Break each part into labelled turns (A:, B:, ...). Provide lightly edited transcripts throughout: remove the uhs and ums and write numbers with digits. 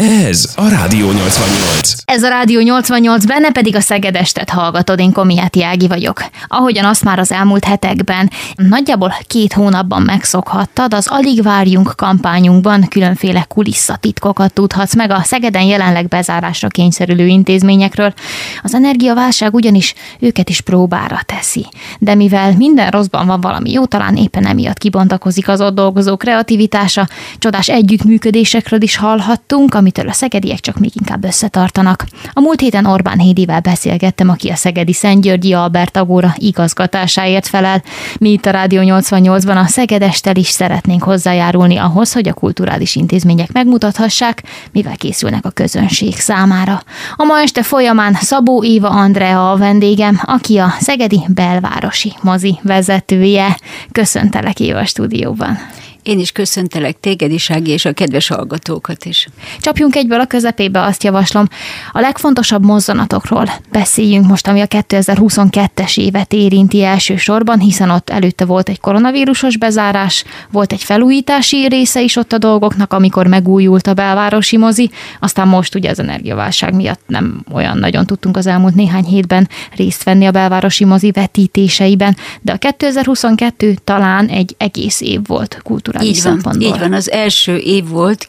A: Ez a Rádió 88.
B: Ez a Rádió 88, benne pedig a Szegedestet hallgatod, én Komiháti Ági vagyok. Ahogyan azt már az elmúlt hetekben, nagyjából 2 hónapban megszokhattad, az Alig várjunk kampányunkban különféle kulisszatitkokat tudhatsz meg a Szegeden jelenleg bezárásra kényszerülő intézményekről. Az energiaválság ugyanis őket is próbára teszi. De mivel minden rosszban van valami jó, talán éppen emiatt kibontakozik az ott dolgozó kreativitása, csodás együttműködésekről is hallhattunk, amitől a szegediek csak még inkább összetartanak. A múlt héten Orbán Hédivel beszélgettem, aki a szegedi Szentgyörgyi Albert Agóra igazgatásáért felel. Mi itt a Rádió 88-ban a Szegedesttel is szeretnénk hozzájárulni ahhoz, hogy a kulturális intézmények megmutathassák, mivel készülnek a közönség számára. A ma este folyamán Szabó Éva Andrea a vendégem, aki a szegedi belvárosi mozi vezetője. Köszöntelek, Éva, a stúdióban.
C: Én is köszöntelek téged is, Ági, és a kedves hallgatókat is.
B: Csapjunk egyből a közepébe, azt javaslom. A legfontosabb mozzanatokról beszéljünk most, ami a 2022-es évet érinti elsősorban, hiszen ott előtte volt egy koronavírusos bezárás, volt egy felújítási része is ott a dolgoknak, amikor megújult a belvárosi mozi, aztán most ugye az energiaválság miatt nem olyan nagyon tudtunk az elmúlt néhány hétben részt venni a belvárosi mozi vetítéseiben, de a 2022 talán egy egész év volt kulturális szempontból.
C: Így van, az első év volt,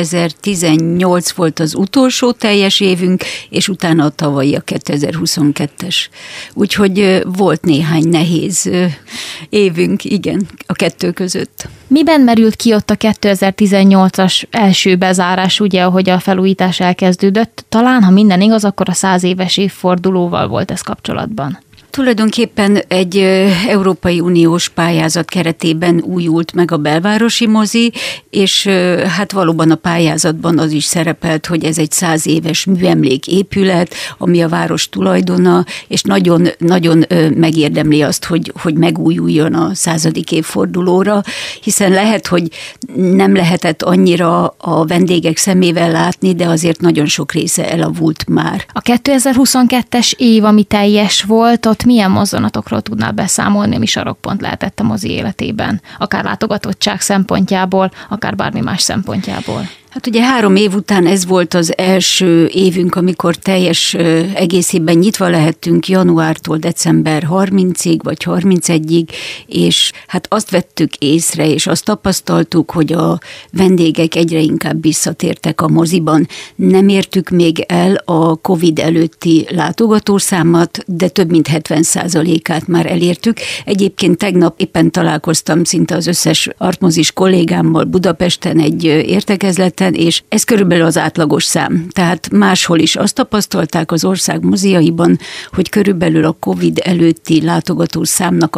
C: 2018 volt az utolsó teljes évünk, és utána a tavalyi a 2022-es. Úgyhogy volt néhány nehéz évünk, igen, a kettő között.
B: Miben merült ki ott a 2018-as első bezárás, ugye, ahogy a felújítás elkezdődött? Talán, ha minden igaz, akkor a 100 éves évfordulóval volt ez kapcsolatban.
C: Tulajdonképpen egy Európai Uniós pályázat keretében újult meg a belvárosi mozi, és hát valóban a pályázatban az is szerepelt, hogy ez egy 100 éves műemléképület, ami a város tulajdona, és nagyon megérdemli azt, hogy megújuljon a 100. évfordulóra, hiszen lehet, hogy nem lehetett annyira a vendégek szemével látni, de azért nagyon sok része elavult már.
B: A 2022-es év, ami teljes volt, ott milyen mozzanatokról tudnál beszámolni, ami sarokpont lehetett a mozi életében? Akár látogatottság szempontjából, akár bármi más szempontjából.
C: Hát ugye 3 év után ez volt az első évünk, amikor teljes egészében nyitva lehettünk januártól december 30-ig, vagy 31-ig, és hát azt vettük észre, és azt tapasztaltuk, hogy a vendégek egyre inkább visszatértek a moziban. Nem értük még el a Covid előtti látogatószámat, de több mint 70%-át már elértük. Egyébként tegnap éppen találkoztam szinte az összes artmozis kollégámmal Budapesten egy értekezleten, és ez körülbelül az átlagos szám. Tehát máshol is azt tapasztalták az ország moziaiban, hogy körülbelül a Covid előtti látogatószámnak a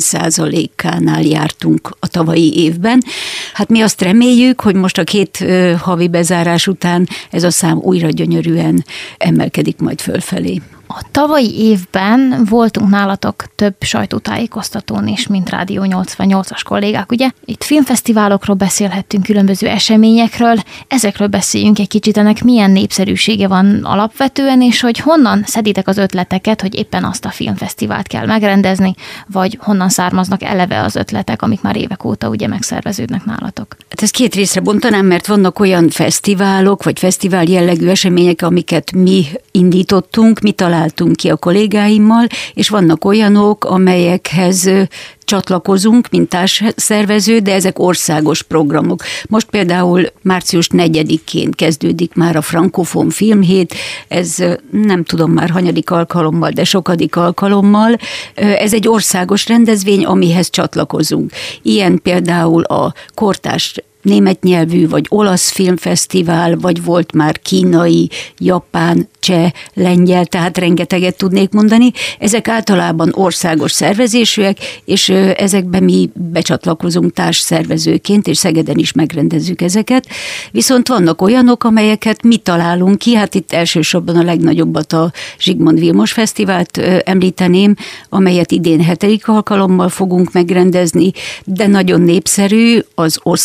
C: 70%-ánál jártunk a tavalyi évben. Hát mi azt reméljük, hogy most a 2 havi bezárás után ez a szám újra gyönyörűen emelkedik majd fölfelé.
B: A tavalyi évben voltunk nálatok több sajtótájékoztatón is, mint Rádió 88-as kollégák, ugye? Itt filmfesztiválokról beszélhettünk, különböző eseményekről, ezekről beszéljünk egy kicsit, ennek milyen népszerűsége van alapvetően, és hogy honnan szeditek az ötleteket, hogy éppen azt a filmfesztivált kell megrendezni, vagy honnan származnak eleve az ötletek, amik már évek óta ugye megszerveződnek nálatok.
C: Hát ezt 2 részre bontanám, mert vannak olyan fesztiválok, vagy fesztivál jellegű események, amiket mi indítottunk, mi találtunk ki a kollégáimmal, és vannak olyanok, amelyekhez csatlakozunk, mint társszervező, de ezek országos programok. Most például március 4-én kezdődik már a Frankofon Filmhét, ez nem tudom már hanyadik alkalommal, de sokadik alkalommal. Ez egy országos rendezvény, amihez csatlakozunk. Ilyen például a kortárs német nyelvű, vagy olasz filmfesztivál, vagy volt már kínai, japán, cseh, lengyel, tehát rengeteget tudnék mondani. Ezek általában országos szervezésűek, és ezekben mi becsatlakozunk társszervezőként, és Szegeden is megrendezzük ezeket. Viszont vannak olyanok, amelyeket mi találunk ki, hát itt elsősorban a legnagyobbat, a Zsigmond Vilmos Fesztivált említeném, amelyet idén 7. alkalommal fogunk megrendezni, de nagyon népszerű az Oscar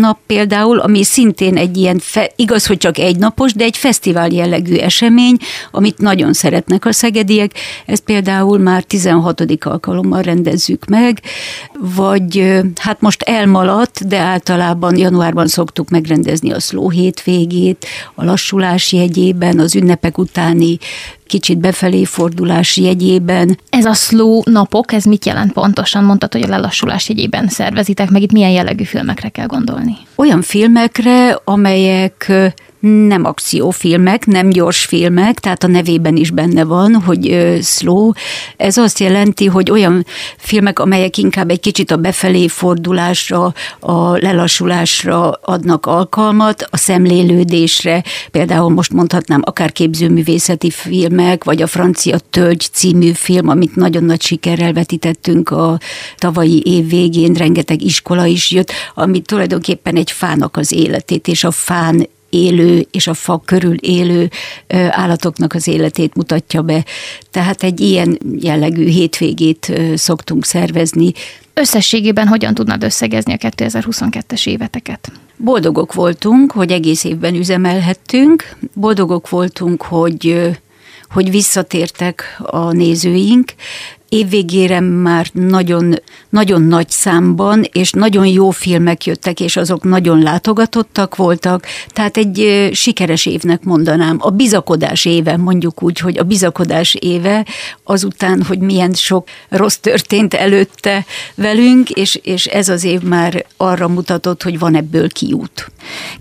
C: nap például, ami szintén egy ilyen, igaz, hogy csak egynapos, de egy fesztivál jellegű esemény, amit nagyon szeretnek a szegediek. Ezt például már 16. alkalommal rendezzük meg, vagy hát most elmaladt, de általában januárban szoktuk megrendezni a Slow hétvégét, a lassulás jegyében, az ünnepek utáni kicsit befelé fordulás jegyében.
B: Ez a slow napok, ez mit jelent pontosan? Mondtad, hogy a lelassulás jegyében szervezitek, meg itt milyen jellegű filmekre kell gondolni?
C: Olyan filmekre, amelyek nem akciófilmek, nem gyors filmek, tehát a nevében is benne van, hogy slow. Ez azt jelenti, hogy olyan filmek, amelyek inkább egy kicsit a befelé fordulásra, a lelassulásra adnak alkalmat, a szemlélődésre. Például most mondhatnám akár képzőművészeti filmek, vagy a Francia Tölgy című film, amit nagyon nagy sikerrel vetítettünk a tavalyi év végén, rengeteg iskola is jött, ami tulajdonképpen egy fának az életét, és a fán élő és a fa körül élő állatoknak az életét mutatja be. Tehát egy ilyen jellegű hétvégét szoktunk szervezni.
B: Összességében hogyan tudnád összegezni a 2022-es éveteket?
C: Boldogok voltunk, hogy egész évben üzemelhettünk. Boldogok voltunk, hogy visszatértek a nézőink. Évvégére már nagyon, nagyon nagy számban, és nagyon jó filmek jöttek, és azok nagyon látogatottak voltak, tehát egy sikeres évnek mondanám. A bizakodás éve, mondjuk úgy, hogy a bizakodás éve azután, hogy milyen sok rossz történt előtte velünk, és ez az év már arra mutatott, hogy van ebből kiút.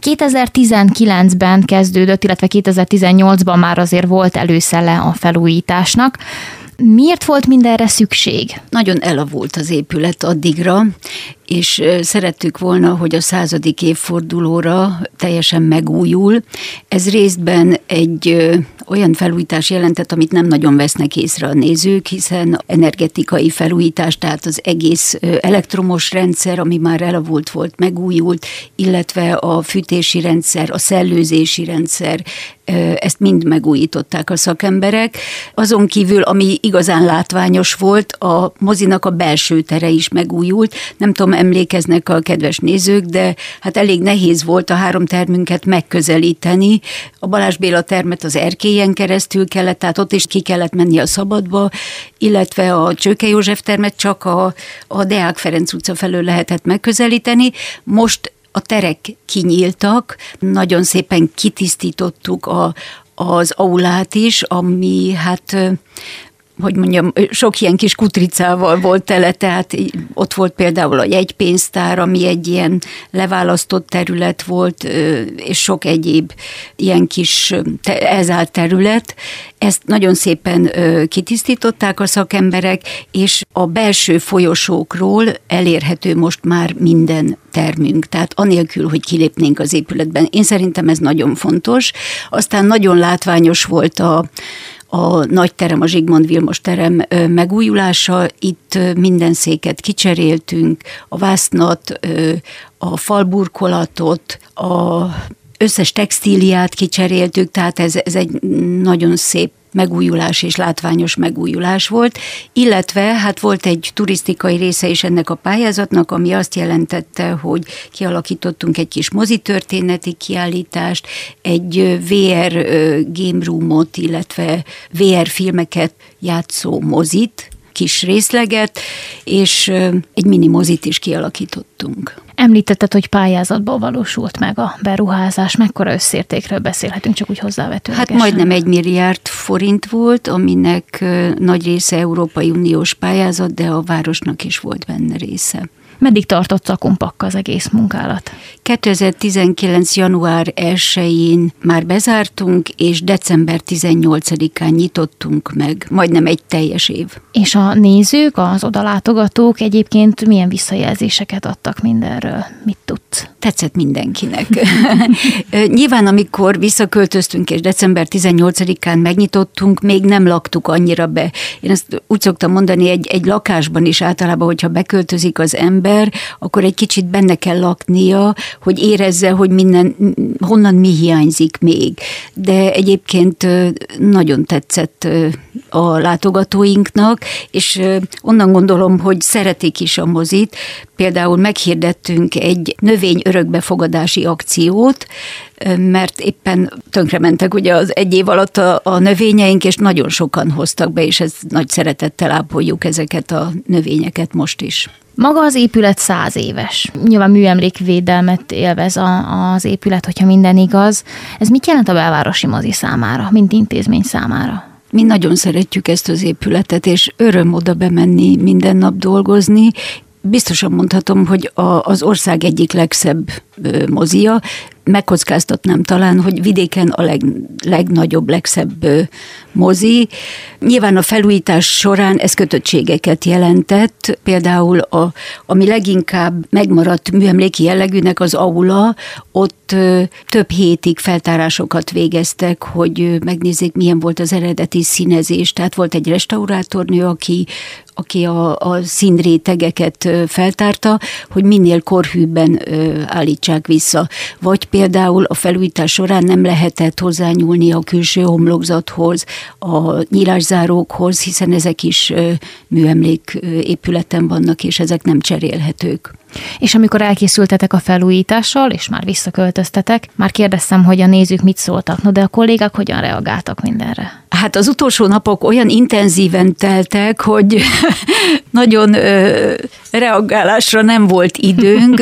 B: 2019-ben kezdődött, illetve 2018-ban már azért volt előszele a felújításnak. Miért volt mindenre szükség?
C: Nagyon elavult az épület addigra, és szerettük volna, hogy a 100. évfordulóra teljesen megújul. Ez részben egy olyan felújítás jelentett, amit nem nagyon vesznek észre a nézők, hiszen energetikai felújítás, tehát az egész elektromos rendszer, ami már elavult volt, megújult, illetve a fűtési rendszer, a szellőzési rendszer, ezt mind megújították a szakemberek. Azon kívül, ami igazán látványos volt, a mozinak a belső tere is megújult. Nem tudom, emlékeznek a kedves nézők, de hát elég nehéz volt a 3 termünket megközelíteni. A Balázs Béla termet az erkélyen keresztül kellett, tehát ott is ki kellett menni a szabadba, illetve a Csőke József termet csak a Deák Ferenc utca felől lehetett megközelíteni. Most a terek kinyíltak, nagyon szépen kitisztítottuk az aulát is, ami hát, hogy mondjam, sok ilyen kis kutricával volt tele, tehát ott volt például a jegypénztár, ami egy ilyen leválasztott terület volt, és sok egyéb ilyen kis elzárt terület. Ezt nagyon szépen kitisztították a szakemberek, és a belső folyosókról elérhető most már minden termünk, tehát anélkül, hogy kilépnénk az épületben. Én szerintem ez nagyon fontos. Aztán nagyon látványos volt a nagy terem, a Zsigmond Vilmos terem megújulása. Itt minden széket kicseréltünk, a vásznat, a falburkolatot, a összes textíliát kicseréltük, tehát ez egy nagyon szép megújulás és látványos megújulás volt, illetve hát volt egy turisztikai része is ennek a pályázatnak, ami azt jelentette, hogy kialakítottunk egy kis mozitörténeti kiállítást, egy VR game roomot, illetve VR filmeket játszó mozit, kis részleget, és egy mini mozit is kialakítottunk.
B: Említetted, hogy pályázatból valósult meg a beruházás. Mekkora összértékről beszélhetünk, csak úgy hozzávetőlegesen?
C: Hát majdnem 1 milliárd forint volt, aminek nagy része Európai Uniós pályázat, de a városnak is volt benne része.
B: Meddig tartott Cakumpakka az egész munkálat?
C: 2019. január 1-én már bezártunk, és december 18-án nyitottunk meg, majdnem egy teljes év.
B: És a nézők, az odalátogatók egyébként milyen visszajelzéseket adtak mindenről? Mit tudsz?
C: Tetszett mindenkinek. Nyilván, amikor visszaköltöztünk, és december 18-án megnyitottunk, még nem laktuk annyira be. Én ezt úgy szoktam mondani, egy lakásban is általában, hogyha beköltözik az ember, akkor egy kicsit benne kell laknia, hogy érezze, hogy honnan mi hiányzik még. De egyébként nagyon tetszett a látogatóinknak, és onnan gondolom, hogy szeretik is a mozit. Például meghirdettünk egy növény örökbefogadási akciót, mert éppen tönkrementek ugye az egy év alatt a növényeink, és nagyon sokan hoztak be, és ez nagy szeretettel ápoljuk ezeket a növényeket most is.
B: Maga az épület 100 éves. Nyilván műemlékvédelmet élvez az épület, hogyha minden igaz. Ez mit jelent a belvárosi mozi számára, mint intézmény számára?
C: Mi nagyon szeretjük ezt az épületet, és öröm oda bemenni, minden nap dolgozni. Biztosan mondhatom, hogy az ország egyik legszebb mozia. Megkockáztatnám talán, hogy vidéken a legnagyobb, legszebb mozi. Nyilván a felújítás során ez kötöttségeket jelentett. Például ami leginkább megmaradt műemléki jellegűnek az aula, ott több hétig feltárásokat végeztek, hogy megnézzék, milyen volt az eredeti színezés. Tehát volt egy restaurátornő, aki a színrétegeket feltárta, hogy minél korhűbben állítsák vissza. Vagy például a felújítás során nem lehetett hozzányúlni a külső homlokzathoz, a nyílászárókhoz, hiszen ezek is műemlék épületen vannak, és ezek nem cserélhetők.
B: És amikor elkészültetek a felújítással, és már visszaköltöztetek, már kérdeztem, hogy a nézők mit szóltak, no de a kollégák hogyan reagáltak mindenre?
C: Hát az utolsó napok olyan intenzíven teltek, hogy nagyon reagálásra nem volt időnk,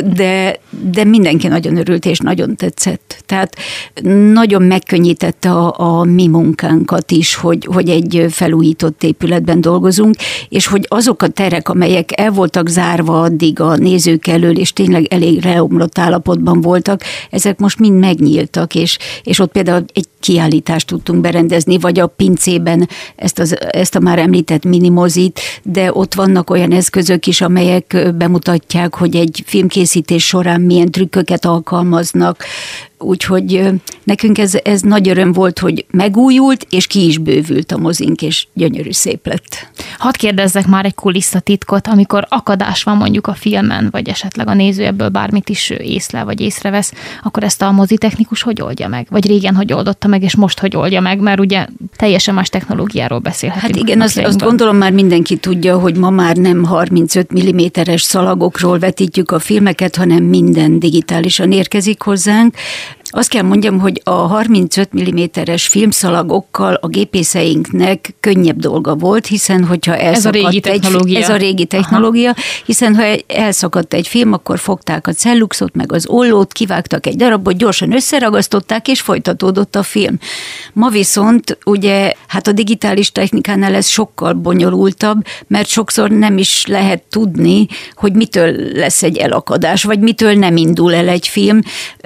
C: de mindenki nagyon örült, és nagyon tetszett. Tehát nagyon megkönnyítette a mi munkánkat is, hogy egy felújított épületben dolgozunk, és hogy azok a terek, amelyek el voltak zárva addig a nézők elől, és tényleg elég leomlott állapotban voltak, ezek most mind megnyíltak, és ott például egy kiállítást tudtunk berendezni, vagy a pincében ezt a már említett minimozit, de ott vannak olyan eszközök is, amelyek bemutatják, hogy egy filmkészítés során milyen trükköket alkalmaznak. Úgyhogy nekünk ez nagy öröm volt, hogy megújult, és ki is bővült a mozink, és gyönyörű szép lett.
B: Hadd kérdezzek már egy kulisszatitkot, amikor akadás van mondjuk a filmen, vagy esetleg a néző ebből bármit is észlel, vagy észrevesz, akkor ezt a mozitechnikus hogy oldja meg? Vagy régen hogy oldotta meg, és most hogy oldja meg? Mert ugye teljesen más technológiáról beszélhetünk.
C: Hát igen, azt gondolom már mindenki tudja, hogy ma már nem 35 mm-es szalagokról vetítjük a filmeket, hanem minden digitálisan érkezik hozzánk. Azt kell mondjam, hogy a 35 mm-es filmszalagokkal a gépészeinknek könnyebb dolga volt, hiszen hogyha elszakadt ez a régi technológia, hiszen ha elszakadt egy film, akkor fogták a celluxot, meg az ollót, kivágtak egy darabot, gyorsan összeragasztották, és folytatódott a film. Ma viszont ugye, hát a digitális technikánál ez sokkal bonyolultabb, mert sokszor nem is lehet tudni, hogy mitől lesz egy elakadás, vagy mitől nem indul el egy film.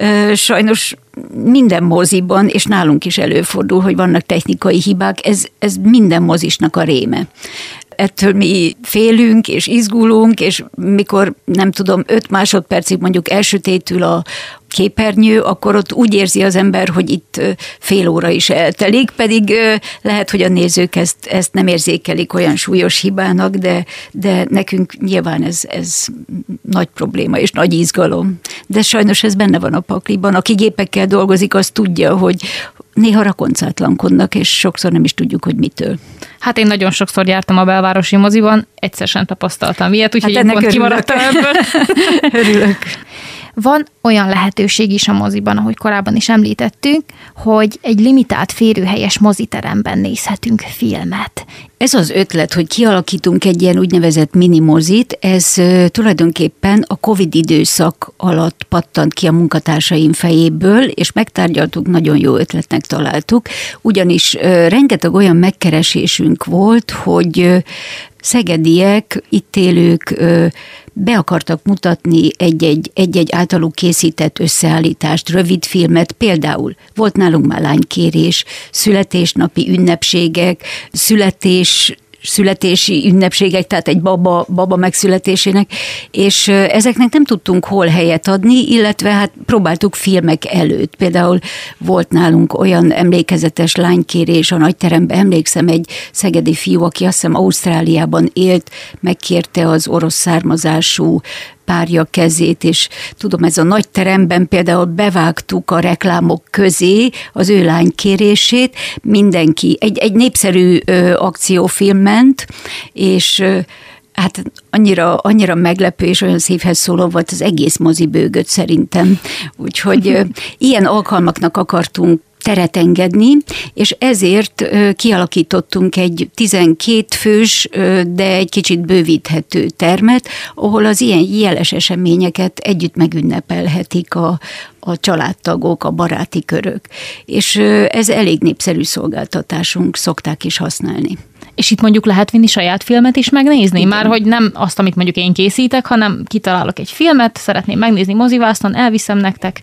C: Sajnos minden moziban, és nálunk is előfordul, hogy vannak technikai hibák, ez minden mozisnak a réme. Ettől mi félünk és izgulunk, és mikor, nem tudom, 5 másodpercig mondjuk elsötétül a képernyő, akkor ott úgy érzi az ember, hogy itt fél óra is eltelik, pedig lehet, hogy a nézők ezt nem érzékelik olyan súlyos hibának, de nekünk nyilván ez nagy probléma és nagy izgalom. De sajnos ez benne van a pakliban. Aki gépekkel dolgozik, az tudja, hogy néha rakoncátlankodnak, és sokszor nem is tudjuk, hogy mitől.
B: Hát én nagyon sokszor jártam a belvárosi moziban, egyszer sem tapasztaltam ilyet, úgyhogy én pont kimaradtam ebből.
C: Örülök.
B: Van olyan lehetőség is a moziban, ahogy korábban is említettünk, hogy egy limitált férőhelyes moziteremben nézhetünk filmet.
C: Ez az ötlet, hogy kialakítunk egy ilyen úgynevezett minimozit, ez tulajdonképpen a Covid időszak alatt pattant ki a munkatársaim fejéből, és megtárgyaltuk, nagyon jó ötletnek találtuk, ugyanis rengeteg olyan megkeresésünk volt, hogy szegediek, itt élők be akartak mutatni egy-egy általuk készített összeállítást, rövidfilmet, például volt nálunk már lánykérés, születésnapi ünnepségek, születési ünnepségek, tehát egy baba megszületésének, és ezeknek nem tudtunk hol helyet adni, illetve hát próbáltuk filmek előtt. Például volt nálunk olyan emlékezetes lánykérés a nagyteremben, emlékszem, egy szegedi fiú, aki azt hiszem Ausztráliában élt, megkérte az orosz származású Párja kezét, és tudom, ez a nagy teremben például bevágtuk a reklámok közé az ő lánykérését, mindenki, egy népszerű akciófilm ment, és hát annyira meglepő és olyan szívhez szóló volt az egész mozibőgöt szerintem. Úgyhogy ilyen alkalmaknak akartunk teret engedni, és ezért kialakítottunk egy 12 fős, de egy kicsit bővíthető termet, ahol az ilyen jeles eseményeket együtt megünnepelhetik a családtagok, a baráti körök. És ez elég népszerű szolgáltatásunk, szokták is használni.
B: És itt mondjuk lehet vinni saját filmet is megnézni? Igen. Már hogy nem azt, amit mondjuk én készítek, hanem kitalálok egy filmet, szeretném megnézni mozivásznon, elviszem nektek.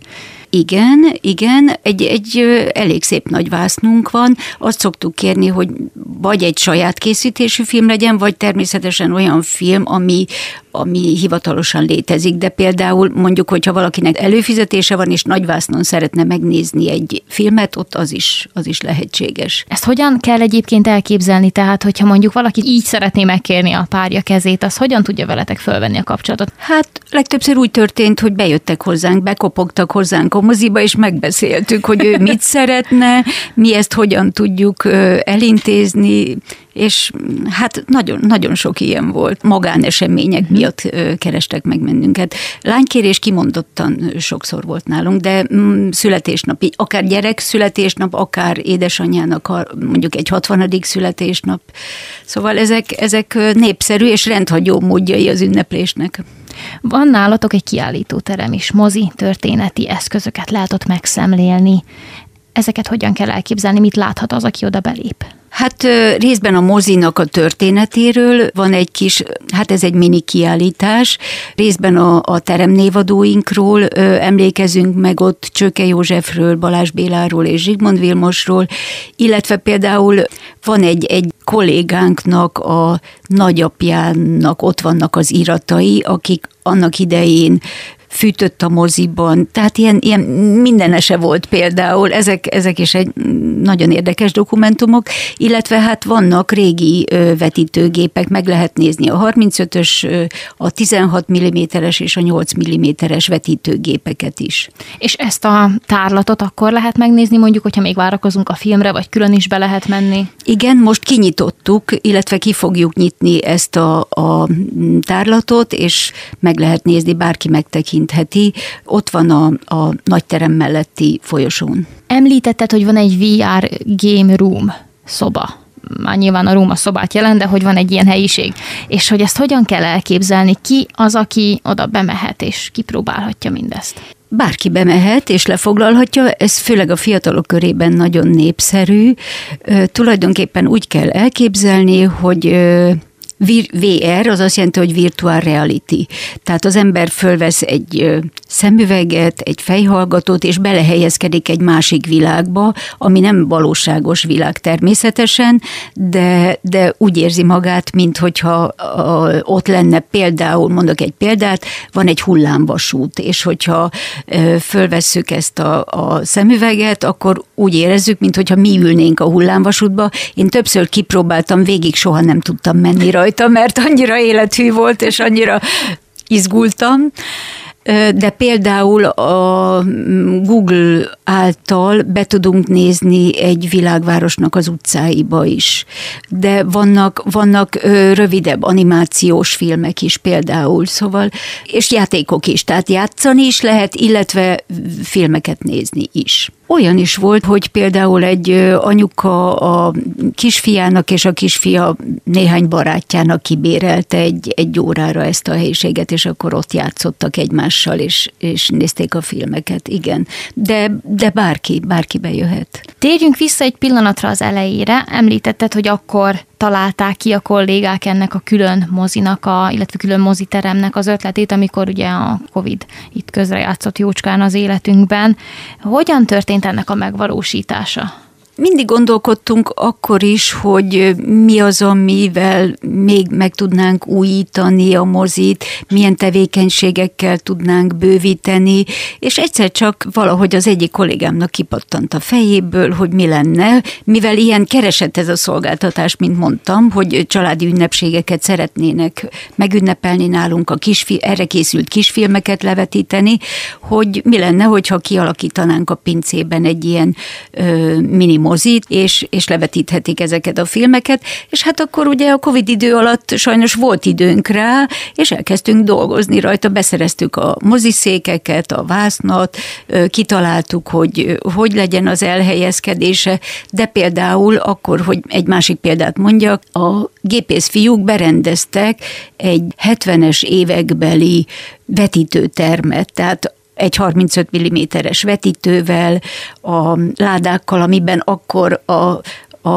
C: Igen, egy elég szép nagy vásznunk van. Azt szoktuk kérni, hogy vagy egy saját készítésű film legyen, vagy természetesen olyan film, ami hivatalosan létezik, de például mondjuk, hogyha valakinek előfizetése van, és nagyvásznon szeretne megnézni egy filmet, ott az is lehetséges.
B: Ezt hogyan kell egyébként elképzelni? Tehát, hogyha mondjuk valaki így szeretné megkérni a párja kezét, az hogyan tudja veletek fölvenni a kapcsolatot?
C: Hát legtöbbször úgy történt, hogy bejöttek hozzánk, bekopogtak hozzánk a moziba, és megbeszéltük, hogy ő mit szeretne, mi ezt hogyan tudjuk elintézni, és hát nagyon, nagyon sok ilyen volt. Magánesemények miatt kerestek meg bennünket. Lánykérés kimondottan sokszor volt nálunk, de születésnapi, akár gyerek születésnap, akár édesanyjának mondjuk egy 60. születésnap. Szóval ezek népszerű és rendhagyó módjai az ünneplésnek.
B: Van nálatok egy kiállítóterem is, mozi történeti eszközöket lehet ott megszemlélni. Ezeket hogyan kell elképzelni, mit láthat az, aki oda belép?
C: Hát részben a mozinak a történetéről van egy kis, hát ez egy mini kiállítás, részben a teremnévadóinkról emlékezünk meg ott Csöke Józsefről, Balázs Béláról és Zsigmond Vilmosról, illetve például van egy kollégánknak, a nagyapjának ott vannak az iratai, akik annak idején fűtött a moziban, tehát ilyen mindenese volt például, ezek is egy nagyon érdekes dokumentumok, illetve hát vannak régi vetítőgépek, meg lehet nézni a 35-ös, a 16 mm-es és a 8 mm-es vetítőgépeket is.
B: És ezt a tárlatot akkor lehet megnézni, mondjuk, hogyha még várakozunk a filmre, vagy külön is be lehet menni?
C: Igen, most kinyitottuk, illetve ki fogjuk nyitni ezt a tárlatot, és meg lehet nézni, bárki megtekintheti. Ott van a nagyterem melletti folyosón.
B: Említetted, hogy van egy VR Game Room szoba. Már nyilván a room a szobát jelent, de hogy van egy ilyen helyiség. És hogy ezt hogyan kell elképzelni? Ki az, aki oda bemehet és kipróbálhatja mindezt?
C: Bárki bemehet és lefoglalhatja, ez főleg a fiatalok körében nagyon népszerű. Tulajdonképpen úgy kell elképzelni, hogy VR, az azt jelenti, hogy virtual reality. Tehát az ember fölvesz egy szemüveget, egy fejhallgatót, és belehelyezkedik egy másik világba, ami nem valóságos világ természetesen, de úgy érzi magát, minthogyha ott lenne például, mondok egy példát, van egy hullámvasút, és hogyha fölvesszük ezt a szemüveget, akkor úgy érezzük, minthogyha mi ülnénk a hullámvasútba. Én többször kipróbáltam, végig soha nem tudtam menni rajta, mert annyira élethű volt, és annyira izgultam. De például a Google által be tudunk nézni egy világvárosnak az utcáiba is. De vannak rövidebb animációs filmek is például, szóval, és játékok is, tehát játszani is lehet, illetve filmeket nézni is. Olyan is volt, hogy például egy anyuka a kisfiának és a kisfia néhány barátjának kibérelte egy órára ezt a helyiséget, és akkor ott játszottak egymással, és nézték a filmeket, igen. De bárki bejöhet.
B: Térjünk vissza egy pillanatra az elejére. Említetted, hogy akkor találták ki a kollégák ennek a külön mozinak, illetve külön moziteremnek az ötletét, amikor ugye a Covid itt közrejátszott jócskán az életünkben. Hogyan történt ennek a megvalósítása?
C: Mindig gondolkodtunk akkor is, hogy mi az, amivel még meg tudnánk újítani a mozit, milyen tevékenységekkel tudnánk bővíteni, és egyszer csak valahogy az egyik kollégámnak kipattant a fejéből, hogy mi lenne, mivel ilyen keresett ez a szolgáltatás, mint mondtam, hogy családi ünnepségeket szeretnének megünnepelni nálunk, erre készült kisfilmeket levetíteni, hogy mi lenne, hogyha kialakítanánk a pincében egy ilyen mini mozit, és levetíthetik ezeket a filmeket, és hát akkor ugye a Covid idő alatt sajnos volt időnk rá, és elkezdtünk dolgozni rajta, beszereztük a moziszékeket, a vásznat, kitaláltuk, hogy legyen az elhelyezkedése, de például akkor, hogy egy másik példát mondjak, a gépészfiúk berendeztek egy 70-es évekbeli vetítőtermet, tehát egy 35 mm-es vetítővel, a ládákkal, amiben akkor a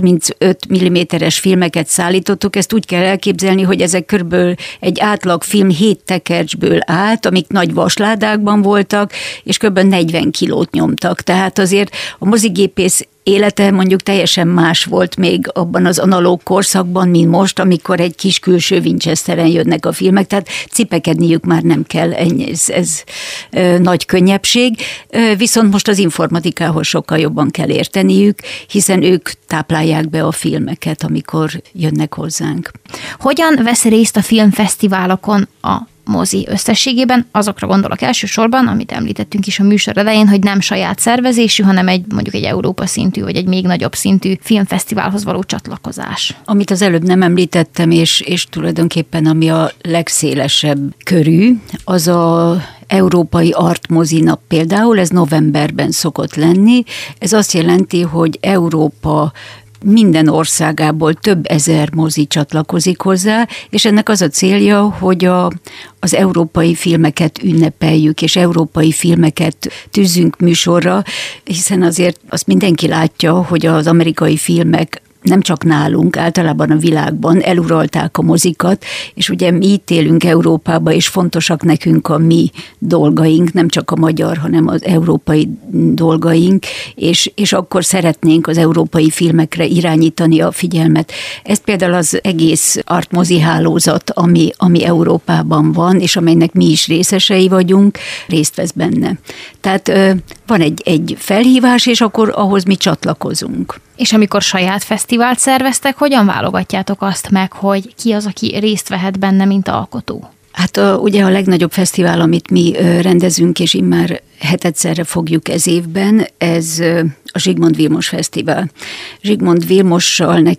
C: 35 mm-es filmeket szállítottuk, ezt úgy kell elképzelni, hogy ezek körülbelül egy átlag film 7 tekercsből állt, amik nagy vasládákban voltak, és kb. 40 kilót nyomtak. Tehát azért a mozigépész élete mondjuk teljesen más volt még abban az analóg korszakban, mint most, amikor egy kis külső Winchesteren jönnek a filmek, tehát cipekedniük már nem kell, ez nagy könnyebbség, viszont most az informatikához sokkal jobban kell érteniük, hiszen ők táplálják be a filmeket, amikor jönnek hozzánk.
B: Hogyan vesz részt a filmfesztiválokon a mozi összességében? Azokra gondolok elsősorban, amit említettünk is a műsor elején, hogy nem saját szervezésű, hanem mondjuk egy Európa szintű, vagy egy még nagyobb szintű filmfesztiválhoz való csatlakozás.
C: Amit az előbb nem említettem, és tulajdonképpen ami a legszélesebb körű, az a Európai Art Mozi Nap például, ez novemberben szokott lenni. Ez azt jelenti, hogy Európa minden országából több ezer mozi csatlakozik hozzá, és ennek az a célja, hogy az európai filmeket ünnepeljük, és európai filmeket tűzzünk műsorra, hiszen azért azt mindenki látja, hogy az amerikai filmek nem csak nálunk, általában a világban eluralták a mozikat, és ugye mi itt élünk Európába, és fontosak nekünk a mi dolgaink, nem csak a magyar, hanem az európai dolgaink, és akkor szeretnénk az európai filmekre irányítani a figyelmet. Ez például az egész artmozi hálózat, ami Európában van, és amelynek mi is részesei vagyunk, részt vesz benne. Tehát van egy felhívás, és akkor ahhoz mi csatlakozunk.
B: És amikor saját fesztivált szerveztek, hogyan válogatjátok azt meg, hogy ki az, aki részt vehet benne, mint alkotó?
C: Hát ugye a legnagyobb fesztivál, amit mi rendezünk, és immár hetedszerre fogjuk ez évben, ez a Zsigmond Vilmos Fesztivál. Zsigmond Vilmossal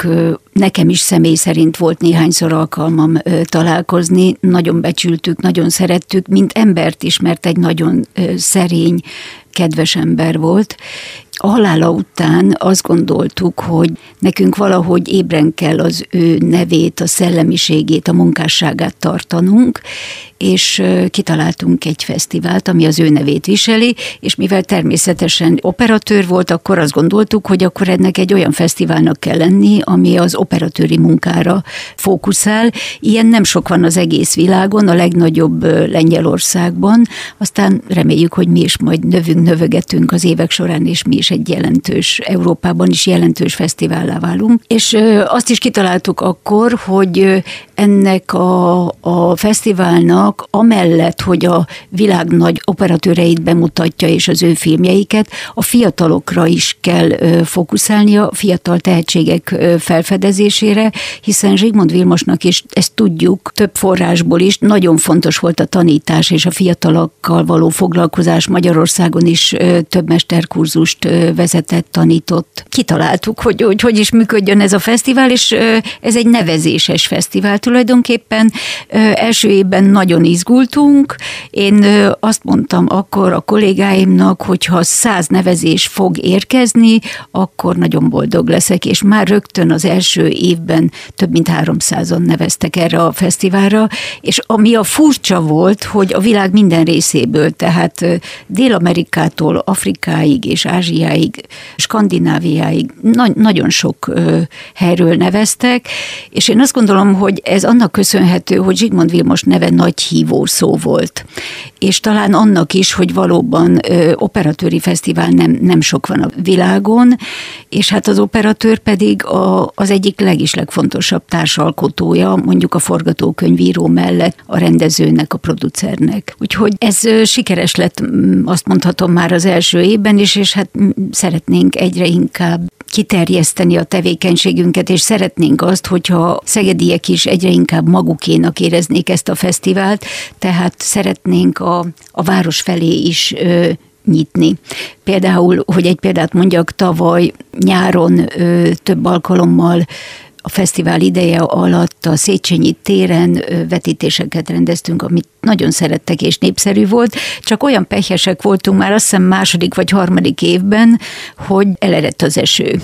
C: nekem is személy szerint volt néhányszor alkalmam találkozni, nagyon becsültük, nagyon szerettük, mint embert is, mert egy nagyon szerény, kedves ember volt. A halála után azt gondoltuk, hogy nekünk valahogy ébren kell az ő nevét, a szellemiségét, a munkásságát tartanunk, és kitaláltunk egy fesztivált, ami az ő nevét viseli, és mivel természetesen operatőr volt, akkor azt gondoltuk, hogy akkor ennek egy olyan fesztiválnak kell lenni, ami az operatőri munkára fókuszál. Ilyen nem sok van az egész világon, a legnagyobb Lengyelországban, aztán reméljük, hogy mi is majd növögetünk az évek során, és mi is egy jelentős, Európában is jelentős fesztivállá válunk. És azt is kitaláltuk akkor, hogy ennek a fesztiválnak amellett, hogy a világ nagy operatőreit bemutatja és az ő filmjeiket, a fiatalokra is kell fókuszálni, a fiatal tehetségek felfedezésére, hiszen Zsigmond Vilmosnak is, ezt tudjuk több forrásból is, nagyon fontos volt a tanítás és a fiatalokkal való foglalkozás. Magyarországon is több mesterkurzust vezetett, tanított. Kitaláltuk, hogy is működjön ez a fesztivál, és ez egy nevezéses fesztivál tulajdonképpen. Első évben nagyon izgultunk. Én azt mondtam akkor a kollégáimnak, hogy ha 100 nevezés fog érkezni, akkor nagyon boldog leszek, és már rögtön az első évben több mint 300-an neveztek erre a fesztiválra, és ami a furcsa volt, hogy a világ minden részéből, tehát Dél-Amerikától Afrikáig és Ázsiáig, Skandináviáig nagyon sok helyről neveztek, és én azt gondolom, hogy ez annak köszönhető, hogy Zsigmond Vilmos neve nagy hívó szó volt. És talán annak is, hogy valóban operatőri fesztivál nem sok van a világon, és hát az operatőr pedig az egyik legfontosabb társalkotója, mondjuk a forgatókönyvíró mellett a rendezőnek, a producernek. Úgyhogy ez sikeres lett, azt mondhatom már az első évben is, és hát szeretnénk egyre inkább kiterjeszteni a tevékenységünket, és szeretnénk azt, hogyha szegediek is egyre inkább magukénak éreznék ezt a fesztivált, tehát szeretnénk a város felé is nyitni. Például, hogy egy példát mondjak, tavaly nyáron több alkalommal a fesztivál ideje alatt a Széchenyi téren vetítéseket rendeztünk, amit nagyon szerettek és népszerű volt, csak olyan pehesek voltunk már azt hiszem második vagy harmadik évben, hogy elerett az eső.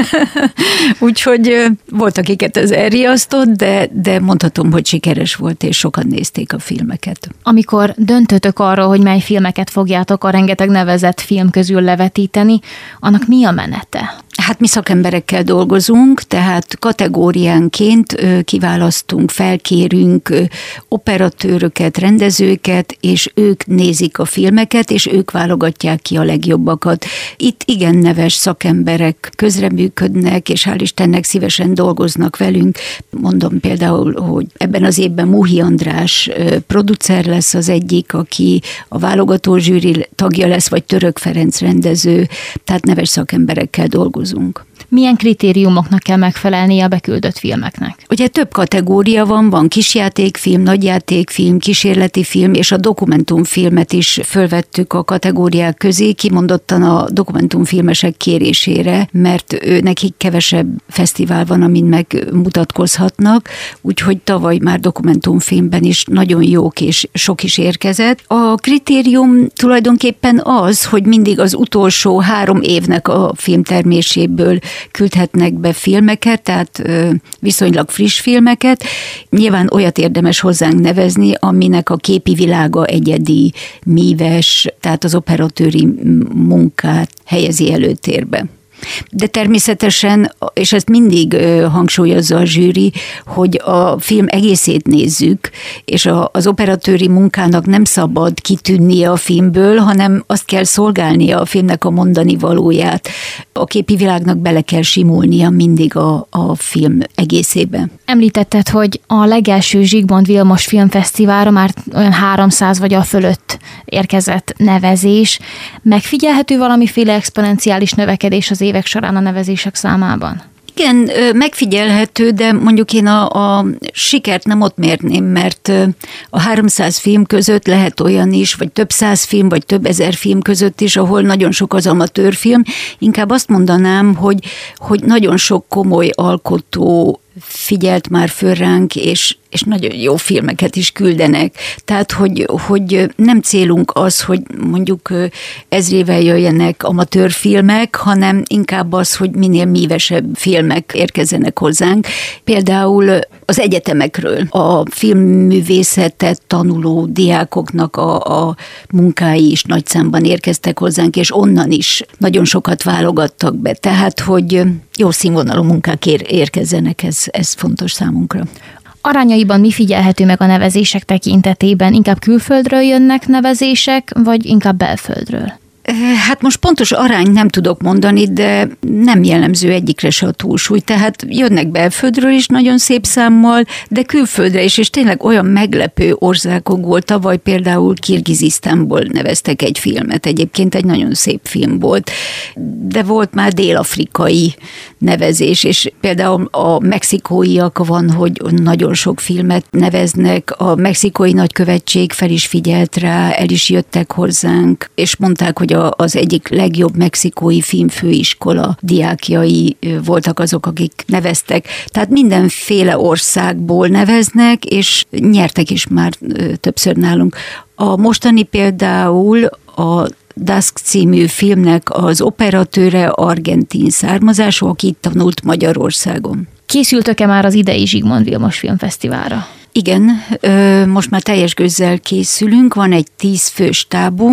C: Úgyhogy volt, akiket ez elriasztott, de mondhatom, hogy sikeres volt, és sokan nézték a filmeket.
B: Amikor döntötök arról, hogy mely filmeket fogjátok a rengeteg nevezett film közül levetíteni, annak mi a menete?
C: Hát mi szakemberekkel dolgozunk, tehát kategóriánként kiválasztunk, felkérünk operatőröket, rendezőket, és ők nézik a filmeket, és ők válogatják ki a legjobbakat. Itt igen neves szakemberek közreműködnek, és hál' Istennek szívesen dolgoznak velünk. Mondom például, hogy ebben az évben Muhi András producer lesz az egyik, aki a válogató zsűri tagja lesz, vagy Török Ferenc rendező, tehát neves szakemberekkel dolgozunk.
B: Milyen kritériumoknak kell megfelelnie a beküldött filmeknek?
C: Ugye több kategória van kisjátékfilm, nagyjátékfilm, kísérleti film, és a dokumentumfilmet is fölvettük a kategóriák közé, kimondottan a dokumentumfilmesek kérésére, mert nekik kevesebb fesztivál van, amin megmutatkozhatnak, úgyhogy tavaly már dokumentumfilmben is nagyon jók és sok is érkezett. A kritérium tulajdonképpen az, hogy mindig az utolsó 3 évnek a filmterméséből küldhetnek be filmeket, tehát viszonylag friss filmeket. Nyilván olyat érdemes hozzánk nevezni, aminek a képi világa egyedi, míves, tehát az operatőri munkát helyezi előtérbe. De természetesen, és ezt mindig hangsúlyozza a zsűri, hogy a film egészét nézzük, és az operatőri munkának nem szabad kitűnnie a filmből, hanem azt kell szolgálnia a filmnek a mondani valóját. A képi világnak bele kell simulnia mindig a film egészébe.
B: Említetted, hogy a legelső Zsigmond Vilmos Filmfesztiválra már olyan 300 vagy a fölött érkezett nevezés. Megfigyelhető valamiféle exponenciális növekedés az évek során a nevezések számában?
C: Igen, megfigyelhető, de mondjuk én a sikert nem ott mérném, mert a 300 film között lehet olyan is, vagy több száz film, vagy több ezer film között is, ahol nagyon sok az amatőrfilm. Inkább azt mondanám, hogy nagyon sok komoly alkotó figyelt már föl ránk, és nagyon jó filmeket is küldenek. Tehát, hogy nem célunk az, hogy mondjuk ezrével jöjjenek amatőrfilmek, hanem inkább az, hogy minél mívesebb filmek érkezzenek hozzánk. Például az egyetemekről a filmművészetet tanuló diákoknak a munkái is nagy számban érkeztek hozzánk, és onnan is nagyon sokat válogattak be. Tehát, hogy jó színvonalú munkák érkezzenek, ez fontos számunkra.
B: Arányaiban mi figyelhető meg a nevezések tekintetében? Inkább külföldről jönnek nevezések, vagy inkább belföldről?
C: Hát most pontos arányt nem tudok mondani, de nem jellemző egyikre se a túlsúly. Tehát jönnek belföldről is nagyon szép számmal, de külföldre is, és tényleg olyan meglepő országok volt. Tavaly például Kirgizisztánból neveztek egy filmet. Egyébként egy nagyon szép film volt, de volt már dél-afrikai nevezés, és például a mexikóiak van, hogy nagyon sok filmet neveznek. A mexikói nagykövetség fel is figyelt rá, el is jöttek hozzánk, és mondták, hogy az egyik legjobb mexikói filmfőiskola diákjai voltak azok, akik neveztek. Tehát mindenféle országból neveznek, és nyertek is már többször nálunk. A mostani például a Dusk című filmnek az operatőre argentin származású, aki itt tanult Magyarországon.
B: Készültök-e már az idei Zsigmond Vilmos Filmfesztiválra?
C: Igen, most már teljes gőzzel készülünk, van egy 10 fős stábunk,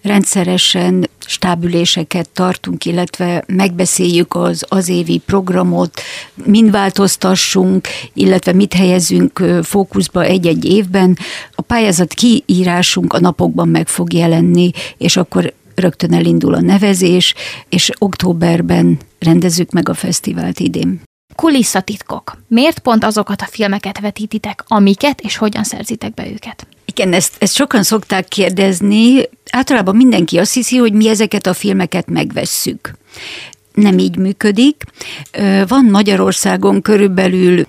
C: rendszeresen stábüléseket tartunk, illetve megbeszéljük az évi programot, mind változtassunk, illetve mit helyezünk fókuszba egy-egy évben. A pályázat kiírásunk a napokban meg fog jelenni, és akkor rögtön elindul a nevezés, és októberben rendezzük meg a fesztivált idén.
B: Kulisszatitkok. Miért pont azokat a filmeket vetítitek, amiket, és hogyan szerzitek be őket?
C: Igen, ezt sokan szokták kérdezni. Általában mindenki azt hiszi, hogy mi ezeket a filmeket megvesszük. Nem így működik. Van Magyarországon körülbelül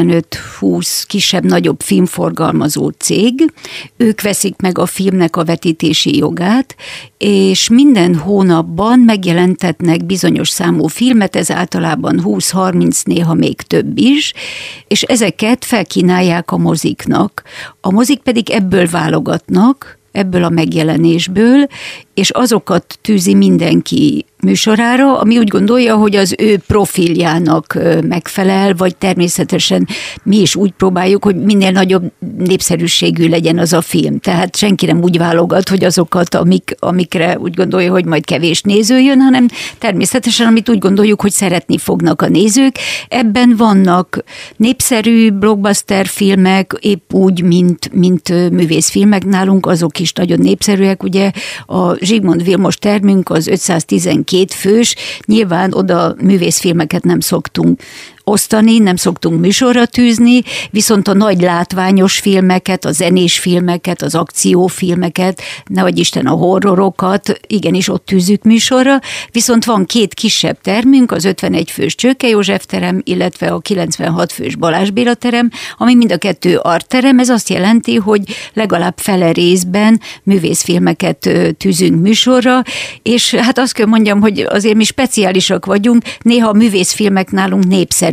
C: 15-20 kisebb-nagyobb filmforgalmazó cég, ők veszik meg a filmnek a vetítési jogát, és minden hónapban megjelentetnek bizonyos számú filmet, ez általában 20-30, néha még több is, és ezeket felkínálják a moziknak. A mozik pedig ebből válogatnak, ebből a megjelenésből, és azokat tűzi mindenki műsorára, ami úgy gondolja, hogy az ő profiljának megfelel, vagy természetesen mi is úgy próbáljuk, hogy minél nagyobb népszerűségű legyen az a film. Tehát senki nem úgy válogat, hogy azokat, amikre úgy gondolja, hogy majd kevés néző jön, hanem természetesen, amit úgy gondoljuk, hogy szeretni fognak a nézők. Ebben vannak népszerű blockbuster filmek, épp úgy, mint művészfilmek nálunk, azok is nagyon népszerűek. Ugye a Zsigmond Vilmos termünk az 512 fős, nyilván oda művészfilmeket nem szoktunk osztani, nem szoktunk műsorra tűzni, viszont a nagy látványos filmeket, a zenés filmeket, az akciófilmeket, nehogy Isten a horrorokat, igenis ott tűzzük műsorra, viszont van 2 kisebb termünk, az 51 fős Csőke József terem, illetve a 96 fős Balázs Béla terem, ami mind a 2 artterem, ez azt jelenti, hogy legalább fele részben művészfilmeket tűzünk műsorra, és hát azt kell mondjam, hogy azért mi speciálisak vagyunk, néha a művészfilmek nálunk népszerűbbek,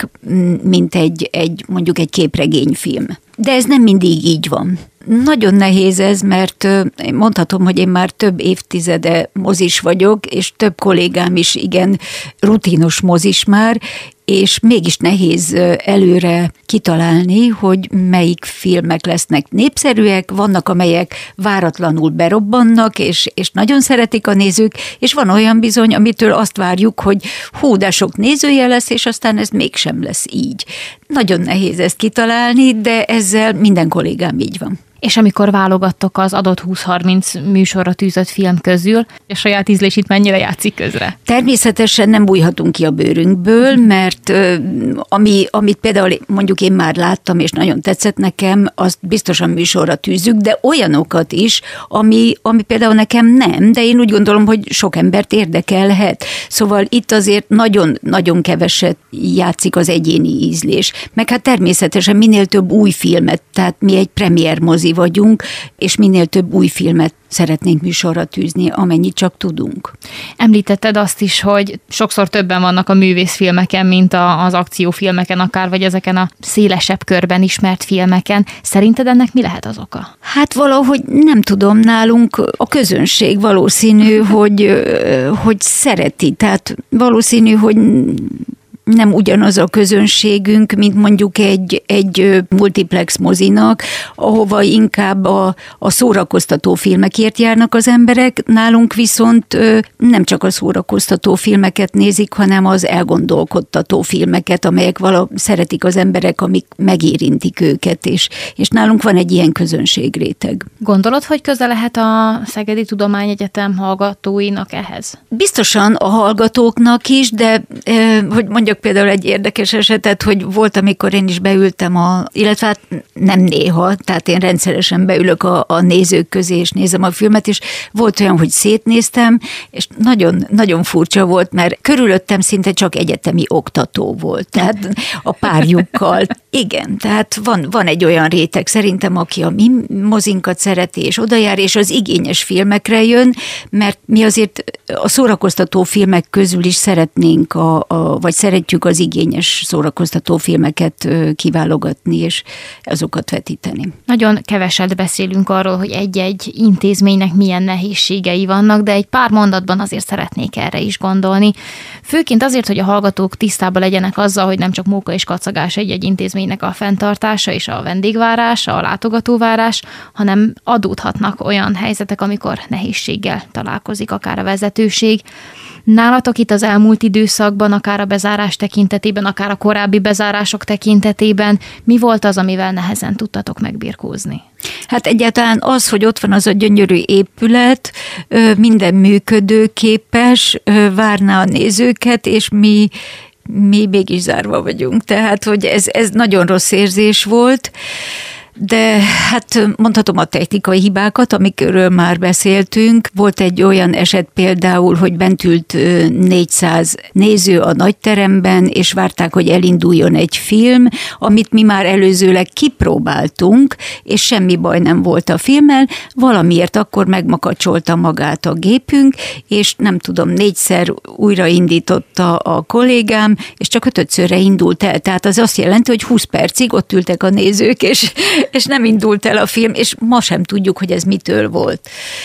C: mint mondjuk egy képregényfilm. De ez nem mindig így van. Nagyon nehéz ez, mert mondhatom, hogy én már több évtizede mozis vagyok, és több kollégám is igen rutinos mozis már, és mégis nehéz előre kitalálni, hogy melyik filmek lesznek népszerűek, vannak, amelyek váratlanul berobbannak, és nagyon szeretik a nézők, és van olyan bizony, amitől azt várjuk, hogy hú, de sok nézője lesz, és aztán ez mégsem lesz így. Nagyon nehéz ezt kitalálni, de ezzel minden kollégám így van.
B: És amikor válogattok az adott 20-30 műsorra tűzött film közül, a saját ízlését mennyire játszik közre?
C: Természetesen nem bújhatunk ki a bőrünkből, mert amit például mondjuk én már láttam, és nagyon tetszett nekem, azt biztosan műsorra tűzzük, de olyanokat is, ami például nekem nem, de én úgy gondolom, hogy sok embert érdekelhet. Szóval itt azért nagyon keveset játszik az egyéni ízlés. Meg hát természetesen minél több új filmet, tehát mi egy premier mozi vagyunk, és minél több új filmet szeretnénk műsorra tűzni, amennyit csak tudunk.
B: Említetted azt is, hogy sokszor többen vannak a művészfilmeken, mint az akciófilmeken akár, vagy ezeken a szélesebb körben ismert filmeken. Szerinted ennek mi lehet az oka?
C: Hát valahogy nem tudom, nálunk a közönség valószínű, hogy szereti. Tehát valószínű, hogy nem ugyanaz a közönségünk, mint mondjuk egy multiplex mozinak, ahova inkább a szórakoztató filmekért járnak az emberek. Nálunk viszont nem csak a szórakoztató filmeket nézik, hanem az elgondolkodtató filmeket, amelyek szeretik az emberek, amik megérintik őket, és nálunk van egy ilyen közönségréteg.
B: Gondolod, hogy köze lehet a Szegedi Tudományegyetem hallgatóinak ehhez?
C: Biztosan a hallgatóknak is, de hogy mondjak például egy érdekes esetet, hogy volt, amikor én is beültem, illetve hát nem néha, tehát én rendszeresen beülök a nézők közé, és nézem a filmet, és volt olyan, hogy szétnéztem, és nagyon, nagyon furcsa volt, mert körülöttem szinte csak egyetemi oktató volt, tehát a párjukkal. Igen, tehát van egy olyan réteg szerintem, aki a mi mozinkat szereti, és odajár, és az igényes filmekre jön, mert mi azért a szórakoztató filmek közül is szeretnénk, vagy szeretjük szeretjük az igényes, szórakoztató filmeket kiválogatni, és azokat vetíteni.
B: Nagyon keveset beszélünk arról, hogy egy-egy intézménynek milyen nehézségei vannak, de egy pár mondatban azért szeretnék erre is gondolni. Főként azért, hogy a hallgatók tisztában legyenek azzal, hogy nem csak móka és kacagás egy-egy intézménynek a fenntartása és a vendégvárás, a látogatóvárás, hanem adódhatnak olyan helyzetek, amikor nehézséggel találkozik akár a vezetőség. Nálatok itt az elmúlt időszakban, akár a bezárás tekintetében, akár a korábbi bezárások tekintetében, mi volt az, amivel nehezen tudtatok megbirkózni?
C: Hát egyáltalán az, hogy ott van az a gyönyörű épület, minden működőképes, várná a nézőket, és mi mégis zárva vagyunk. Tehát, hogy ez nagyon rossz érzés volt. De hát mondhatom a technikai hibákat, amikről már beszéltünk. Volt egy olyan eset például, hogy bent ült 400 néző a nagyteremben, és várták, hogy elinduljon egy film, amit mi már előzőleg kipróbáltunk, és semmi baj nem volt a filmmel, valamiért akkor megmakacsolta magát a gépünk, és nem tudom, 4-szer újraindította a kollégám, és csak 5-szörre indult el. Tehát az azt jelenti, hogy 20 percig ott ültek a nézők, és nem indult el a film, és ma sem tudjuk, hogy ez mitől volt.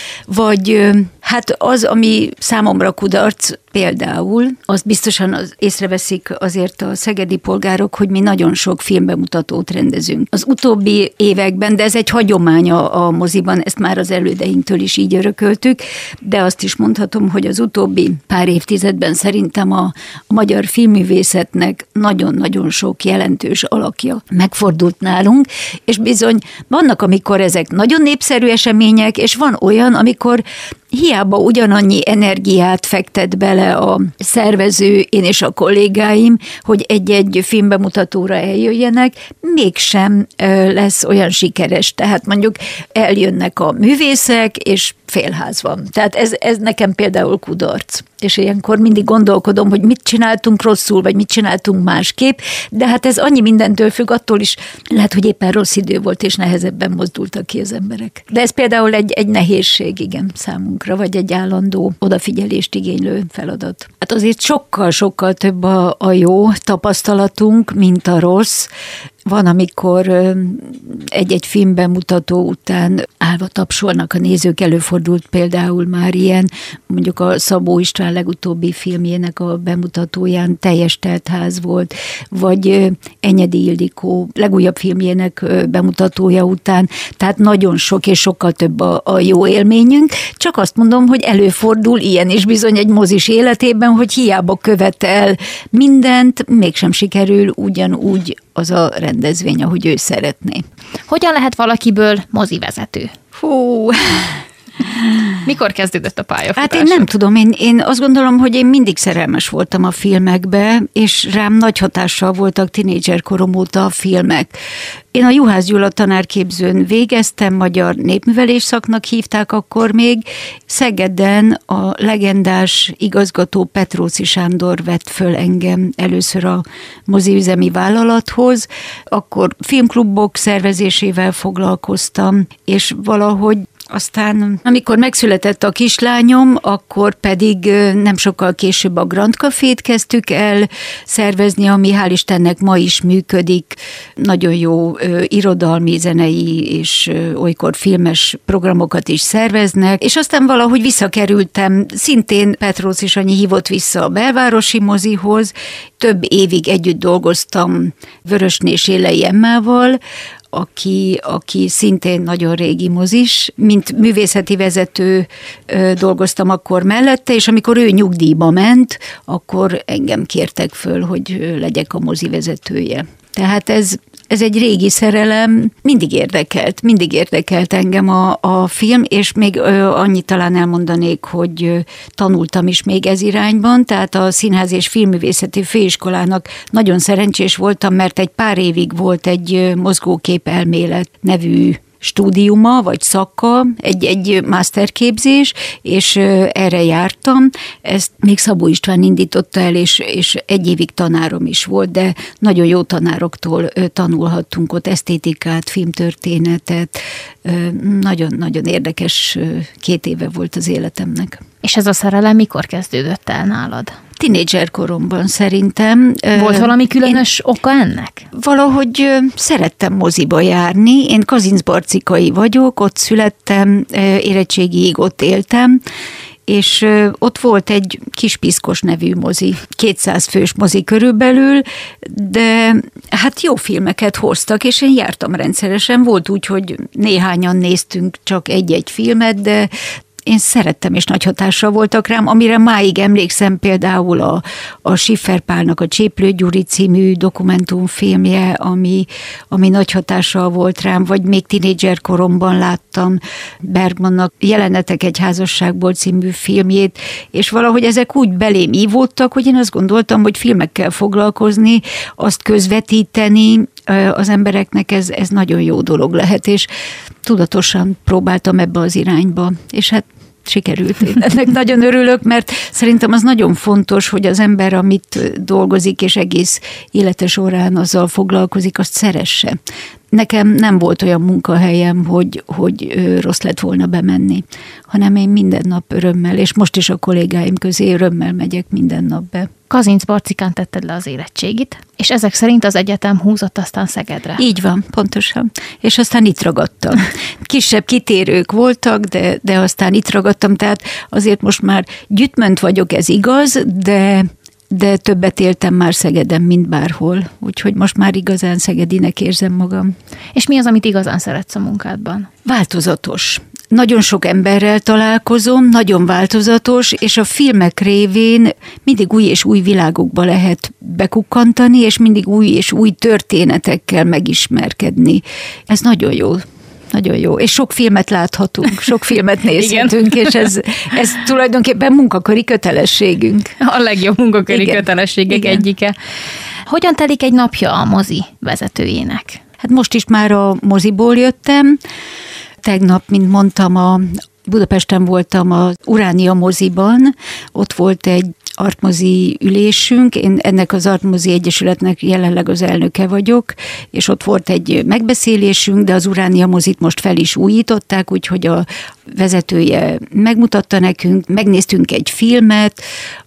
C: Vagy hát az, ami számomra kudarc például, azt biztosan észreveszik azért a szegedi polgárok, hogy mi nagyon sok filmbemutatót rendezünk. Az utóbbi években, de ez egy hagyomány a moziban, ezt már az elődeinktől is így örököltük, de azt is mondhatom, hogy az utóbbi pár évtizedben szerintem a magyar filmművészetnek nagyon-nagyon sok jelentős alakja megfordult nálunk, és bizony vannak, amikor ezek nagyon népszerű események, és van olyan, amikor hiába ugyanannyi energiát fektet bele a szervező, én és a kollégáim, hogy egy-egy filmbemutatóra eljöjjenek, mégsem lesz olyan sikeres. Tehát mondjuk eljönnek a művészek, és félház van. Tehát ez nekem például kudarc. És ilyenkor mindig gondolkodom, hogy mit csináltunk rosszul, vagy mit csináltunk másképp, de hát ez annyi mindentől függ, attól is lehet, hogy éppen rossz idő volt, és nehezebben mozdultak ki az emberek. De ez például egy nehézség, igen, számunkra, vagy egy állandó odafigyelést igénylő feladat. Hát azért sokkal több a jó tapasztalatunk, mint a rossz. Van, amikor egy-egy filmbemutató után állva tapsolnak a nézők, előfordult például már ilyen, mondjuk a Szabó István legutóbbi filmjének a bemutatóján teljes teltház volt, vagy Enyedi Ildikó legújabb filmjének bemutatója után, tehát nagyon sok és sokkal több a jó élményünk, csak azt mondom, hogy előfordul ilyen is bizony egy mozis életében, hogy hiába követel mindent, mégsem sikerül ugyanúgy az a rendezvény, ahogy ő szeretné.
B: Hogyan lehet valakiből mozivezető?
C: Hú...
B: Mikor kezdődött a pályafutásod?
C: Hát én nem tudom, én azt gondolom, hogy én mindig szerelmes voltam a filmekbe, és rám nagy hatással voltak tínédzser korom óta a filmek. Én a Juhász Gyula tanárképzőn végeztem, magyar népművelés szaknak hívták akkor még. Szegeden a legendás igazgató Petróci Sándor vett föl engem először a moziüzemi vállalathoz, akkor filmklubok szervezésével foglalkoztam, és valahogy aztán, amikor megszületett a kislányom, akkor pedig nem sokkal később a Grand Cafét kezdtük el szervezni, ami hál' Istennek ma is működik. Nagyon jó irodalmi, zenei és olykor filmes programokat is szerveznek, és aztán valahogy visszakerültem, szintén Petróci Sanyi hívott vissza a belvárosi mozihoz, több évig együtt dolgoztam Vörösnés Élei Emmával, aki szintén nagyon régi mozis, mint művészeti vezető dolgoztam akkor mellette, és amikor ő nyugdíjba ment, akkor engem kértek föl, hogy legyek a mozi vezetője. Tehát ez egy régi szerelem, mindig érdekelt engem a film, és még annyit talán elmondanék, hogy tanultam is még ez irányban, tehát a Színház és Filmművészeti Főiskolának nagyon szerencsés voltam, mert egy pár évig volt egy mozgókép elmélet nevű stúdiuma, vagy szakka, egy masterképzés, és erre jártam. Ezt még Szabó István indította el, és egy évig tanárom is volt, de nagyon jó tanároktól tanulhattunk ott esztétikát, filmtörténetet. Nagyon-nagyon érdekes 2 éve volt az életemnek.
B: És ez a szerelem mikor kezdődött el nálad?
C: Tínédzser koromban szerintem.
B: Volt valami különös oka ennek?
C: Valahogy szerettem moziba járni. Én kazincbarcikai vagyok, ott születtem, érettségig ott éltem, és ott volt egy Kispiszkos nevű mozi, 200 fős mozi körülbelül, de hát jó filmeket hoztak, és én jártam rendszeresen. Volt úgy, hogy néhányan néztünk csak egy-egy filmet, de én szerettem, és nagy hatással voltak rám, amire máig emlékszem, például a Schiffer Pálnak a Cséplő Gyuri című dokumentumfilmje, ami nagy hatással volt rám, vagy még tínédzser koromban láttam Bergmannak Jelenetek egy házasságból című filmjét, és valahogy ezek úgy belém ívódtak, hogy én azt gondoltam, hogy filmekkel foglalkozni, azt közvetíteni az embereknek, ez nagyon jó dolog lehet, és tudatosan próbáltam ebbe az irányba, és hát sikerült. Én ennek nagyon örülök, mert szerintem az nagyon fontos, hogy az ember, amit dolgozik, és egész élete során azzal foglalkozik, azt szeresse. Nekem nem volt olyan munkahelyem, hogy rossz lett volna bemenni, hanem én minden nap örömmel, és most is a kollégáim közé örömmel megyek minden nap be.
B: Kazincbarcikán tetted le az érettségit, és ezek szerint az egyetem húzott aztán Szegedre.
C: Így van, pontosan. És aztán itt ragadtam. Kisebb kitérők voltak, de aztán itt ragadtam, tehát azért most már gyütmönt vagyok, ez igaz, de többet éltem már Szegeden, mint bárhol. Úgyhogy most már igazán szegedinek érzem magam.
B: És mi az, amit igazán szeretsz a munkádban?
C: Változatos. Nagyon sok emberrel találkozom, nagyon változatos, és a filmek révén mindig új és új világokba lehet bekukkantani, és mindig új és új történetekkel megismerkedni. Ez nagyon jó. Nagyon jó. És sok filmet láthatunk, sok filmet nézhetünk, és ez tulajdonképpen munkaköri kötelességünk.
B: A legjobb munkaköri kötelességek egyike. Hogyan telik egy napja a mozi vezetőjének?
C: Hát most is már a moziból jöttem. Tegnap, mint mondtam, Budapesten voltam az Uránia moziban, ott volt egy artmozi ülésünk, én ennek az Artmozi Egyesületnek jelenleg az elnöke vagyok, és ott volt egy megbeszélésünk, de az Uránia mozit most fel is újították, úgyhogy a vezetője megmutatta nekünk, megnéztünk egy filmet,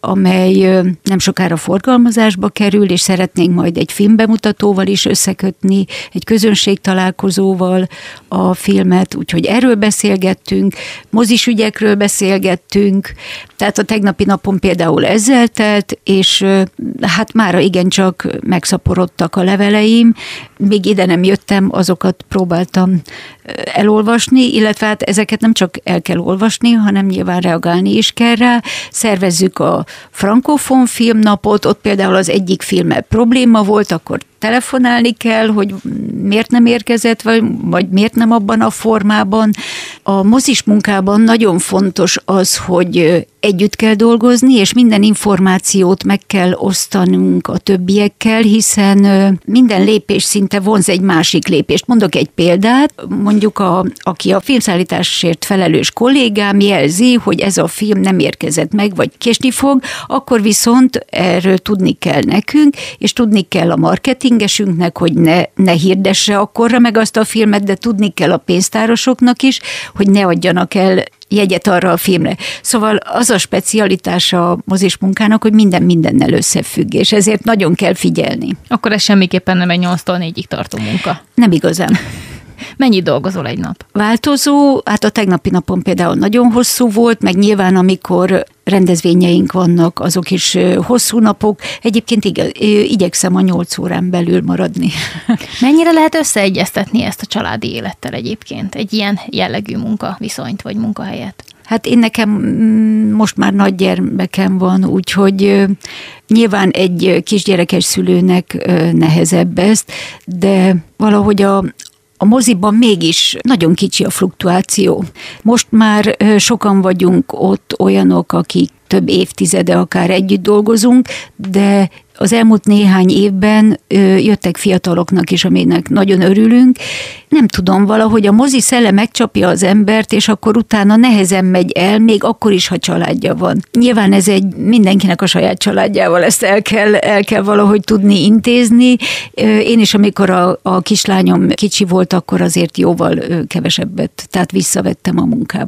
C: amely nem sokára forgalmazásba kerül, és szeretnénk majd egy filmbemutatóval is összekötni, egy közönségtalálkozóval a filmet, úgyhogy erről beszélgettünk, mozis ügyekről beszélgettünk, tehát a tegnapi napon például ezzel telt, és hát mára igencsak megszaporodtak a leveleim, még ide nem jöttem, azokat próbáltam elolvasni, illetve hát ezeket nem csak el kell olvasni, hanem nyilván reagálni is kell rá. Szervezzük a frankofon filmnapot, ott például az egyik filmmel probléma volt, akkor telefonálni kell, hogy miért nem érkezett, vagy miért nem abban a formában. A mozis munkában nagyon fontos az, hogy együtt kell dolgozni, és minden információt meg kell osztanunk a többiekkel, hiszen minden lépés szinte vonz egy másik lépést. Mondok egy példát, mondjuk aki a filmszállításért felelős kollégám jelzi, hogy ez a film nem érkezett meg, vagy késni fog, akkor viszont erről tudni kell nekünk, és tudni kell a marketingesünknek, hogy ne hirdesse akkorra meg azt a filmet, de tudni kell a pénztárosoknak is, hogy ne adjanak el jegyet arra a filmre. Szóval az a specialitása a mozis munkának, hogy minden mindennel összefügg, és ezért nagyon kell figyelni.
B: Akkor ez semmiképpen nem egy 8-tól 4-ig tartó munka.
C: Nem igazán.
B: Mennyit dolgozol egy nap?
C: Változó, hát a tegnapi napon például nagyon hosszú volt, meg nyilván amikor rendezvényeink vannak, azok is hosszú napok. Egyébként igyekszem a 8 órán belül maradni.
B: Mennyire lehet összeegyeztetni ezt a családi élettel egyébként? Egy ilyen jellegű munkaviszonyt vagy munkahelyet?
C: Hát én nekem most már nagy gyermekem van, úgyhogy nyilván egy kisgyerekes szülőnek nehezebb ezt, de valahogy a moziban mégis nagyon kicsi a fluktuáció. Most már sokan vagyunk ott olyanok, akik több évtizede akár együtt dolgozunk, de az elmúlt néhány évben jöttek fiataloknak is, aminek nagyon örülünk. Nem tudom, valahogy a mozi szele megcsapja az embert, és akkor utána nehezen megy el, még akkor is, ha családja van. Nyilván ez mindenkinek a saját családjával, ezt el kell valahogy tudni intézni. Én is, amikor a kislányom kicsi volt, akkor azért jóval kevesebbet, tehát visszavettem a munkából.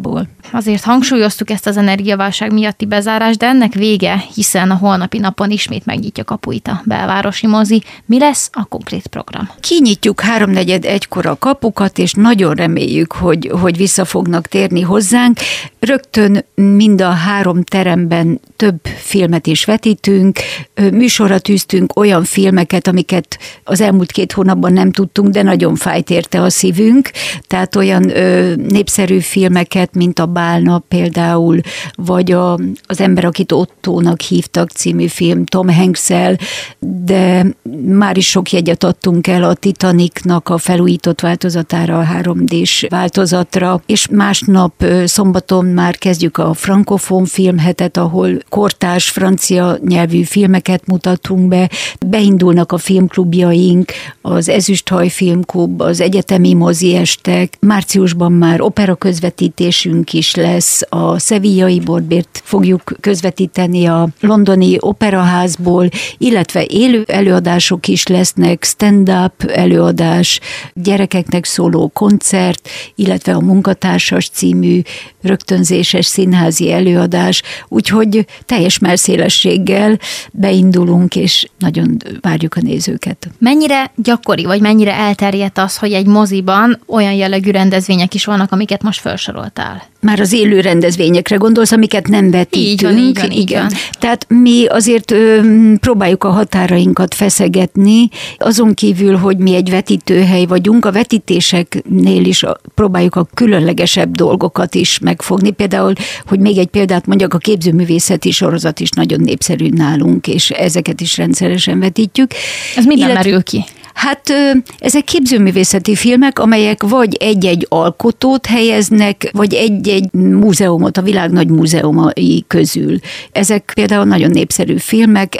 B: azért hangsúlyoztuk ezt az energiaválság miatti bezárást, de ennek vége, hiszen a holnapi napon ismét megnyitja kapuit a belvárosi mozi. Mi lesz a konkrét program?
C: Kinyitjuk 3:45-kor a kapukat, és nagyon reméljük, hogy vissza fognak térni hozzánk. Rögtön mind a 3 teremben több filmet is vetítünk, műsorra tűztünk olyan filmeket, amiket az elmúlt 2 hónapban nem tudtunk, de nagyon fájt érte a szívünk, tehát olyan népszerű filmeket, mint a Bálna például, vagy az Ember, akit Ottónak hívtak című film Tom Hanks-el, de már is sok jegyet adtunk el a Titanicnak a felújított változatára, a 3D-s változatra, és másnap szombaton már kezdjük a frankofón filmhetet, ahol kortárs francia nyelvű filmeket mutatunk be, beindulnak a filmklubjaink, az Ezüsthaj Filmklub, az egyetemi moziestek, márciusban már opera közvetítésünk is lesz, a Sevillai Bordbért fogjuk közvetíteni a londoni operaházból, illetve élő előadások is lesznek, stand-up előadás, gyerekeknek szóló koncert, illetve a Munkatársas című rögtönzéses színházi előadás, úgyhogy teljes mellszélességgel beindulunk, és nagyon várjuk a nézőket.
B: Mennyire gyakori, vagy mennyire elterjedt az, hogy egy moziban olyan jellegű rendezvények is vannak, amiket most felsoroltál?
C: Már az élő rendezvényekre gondolsz, amiket nem vetítünk.
B: Így van.
C: Tehát mi azért próbáljuk a határainkat feszegetni, azon kívül, hogy mi egy vetítőhely vagyunk, a vetítéseknél is próbáljuk a különlegesebb dolgokat is megfogni. Például, hogy még egy példát mondjak, a képzőművészeti sorozat is nagyon népszerű nálunk, és ezeket is rendszeresen vetítjük.
B: Ez minden merül ki?
C: Hát ezek képzőművészeti filmek, amelyek vagy egy-egy alkotót helyeznek, vagy egy-egy múzeumot, a világ nagy múzeumai közül. Ezek például nagyon népszerű filmek,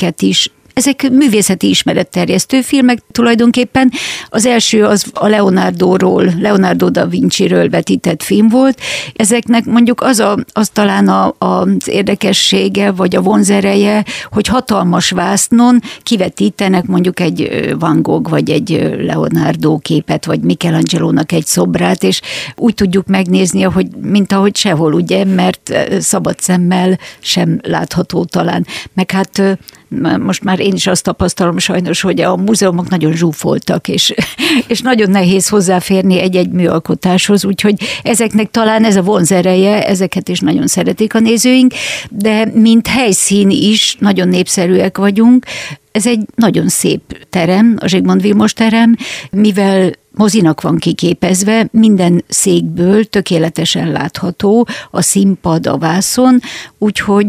C: ezek művészeti ismeretterjesztő filmek tulajdonképpen. Az első az a Leonardo da Vinciről vetített film volt. Ezeknek mondjuk az talán az érdekessége, vagy a vonzereje, hogy hatalmas vásznon kivetítenek mondjuk egy Van Gogh, vagy egy Leonardo képet, vagy Michelangelo-nak egy szobrát, és úgy tudjuk megnézni, mint ahogy sehol, ugye, mert szabad szemmel sem látható talán. Meg hát most már én is azt tapasztalom sajnos, hogy a múzeumok nagyon zsúfoltak, és nagyon nehéz hozzáférni egy-egy műalkotáshoz, úgyhogy ezeknek talán ez a vonzereje, ezeket is nagyon szeretik a nézőink, de mint helyszín is nagyon népszerűek vagyunk. Ez egy nagyon szép terem, a Zsigmond Vilmos terem, mivel mozinak van kiképezve, minden székből tökéletesen látható a színpad, a vászon, úgyhogy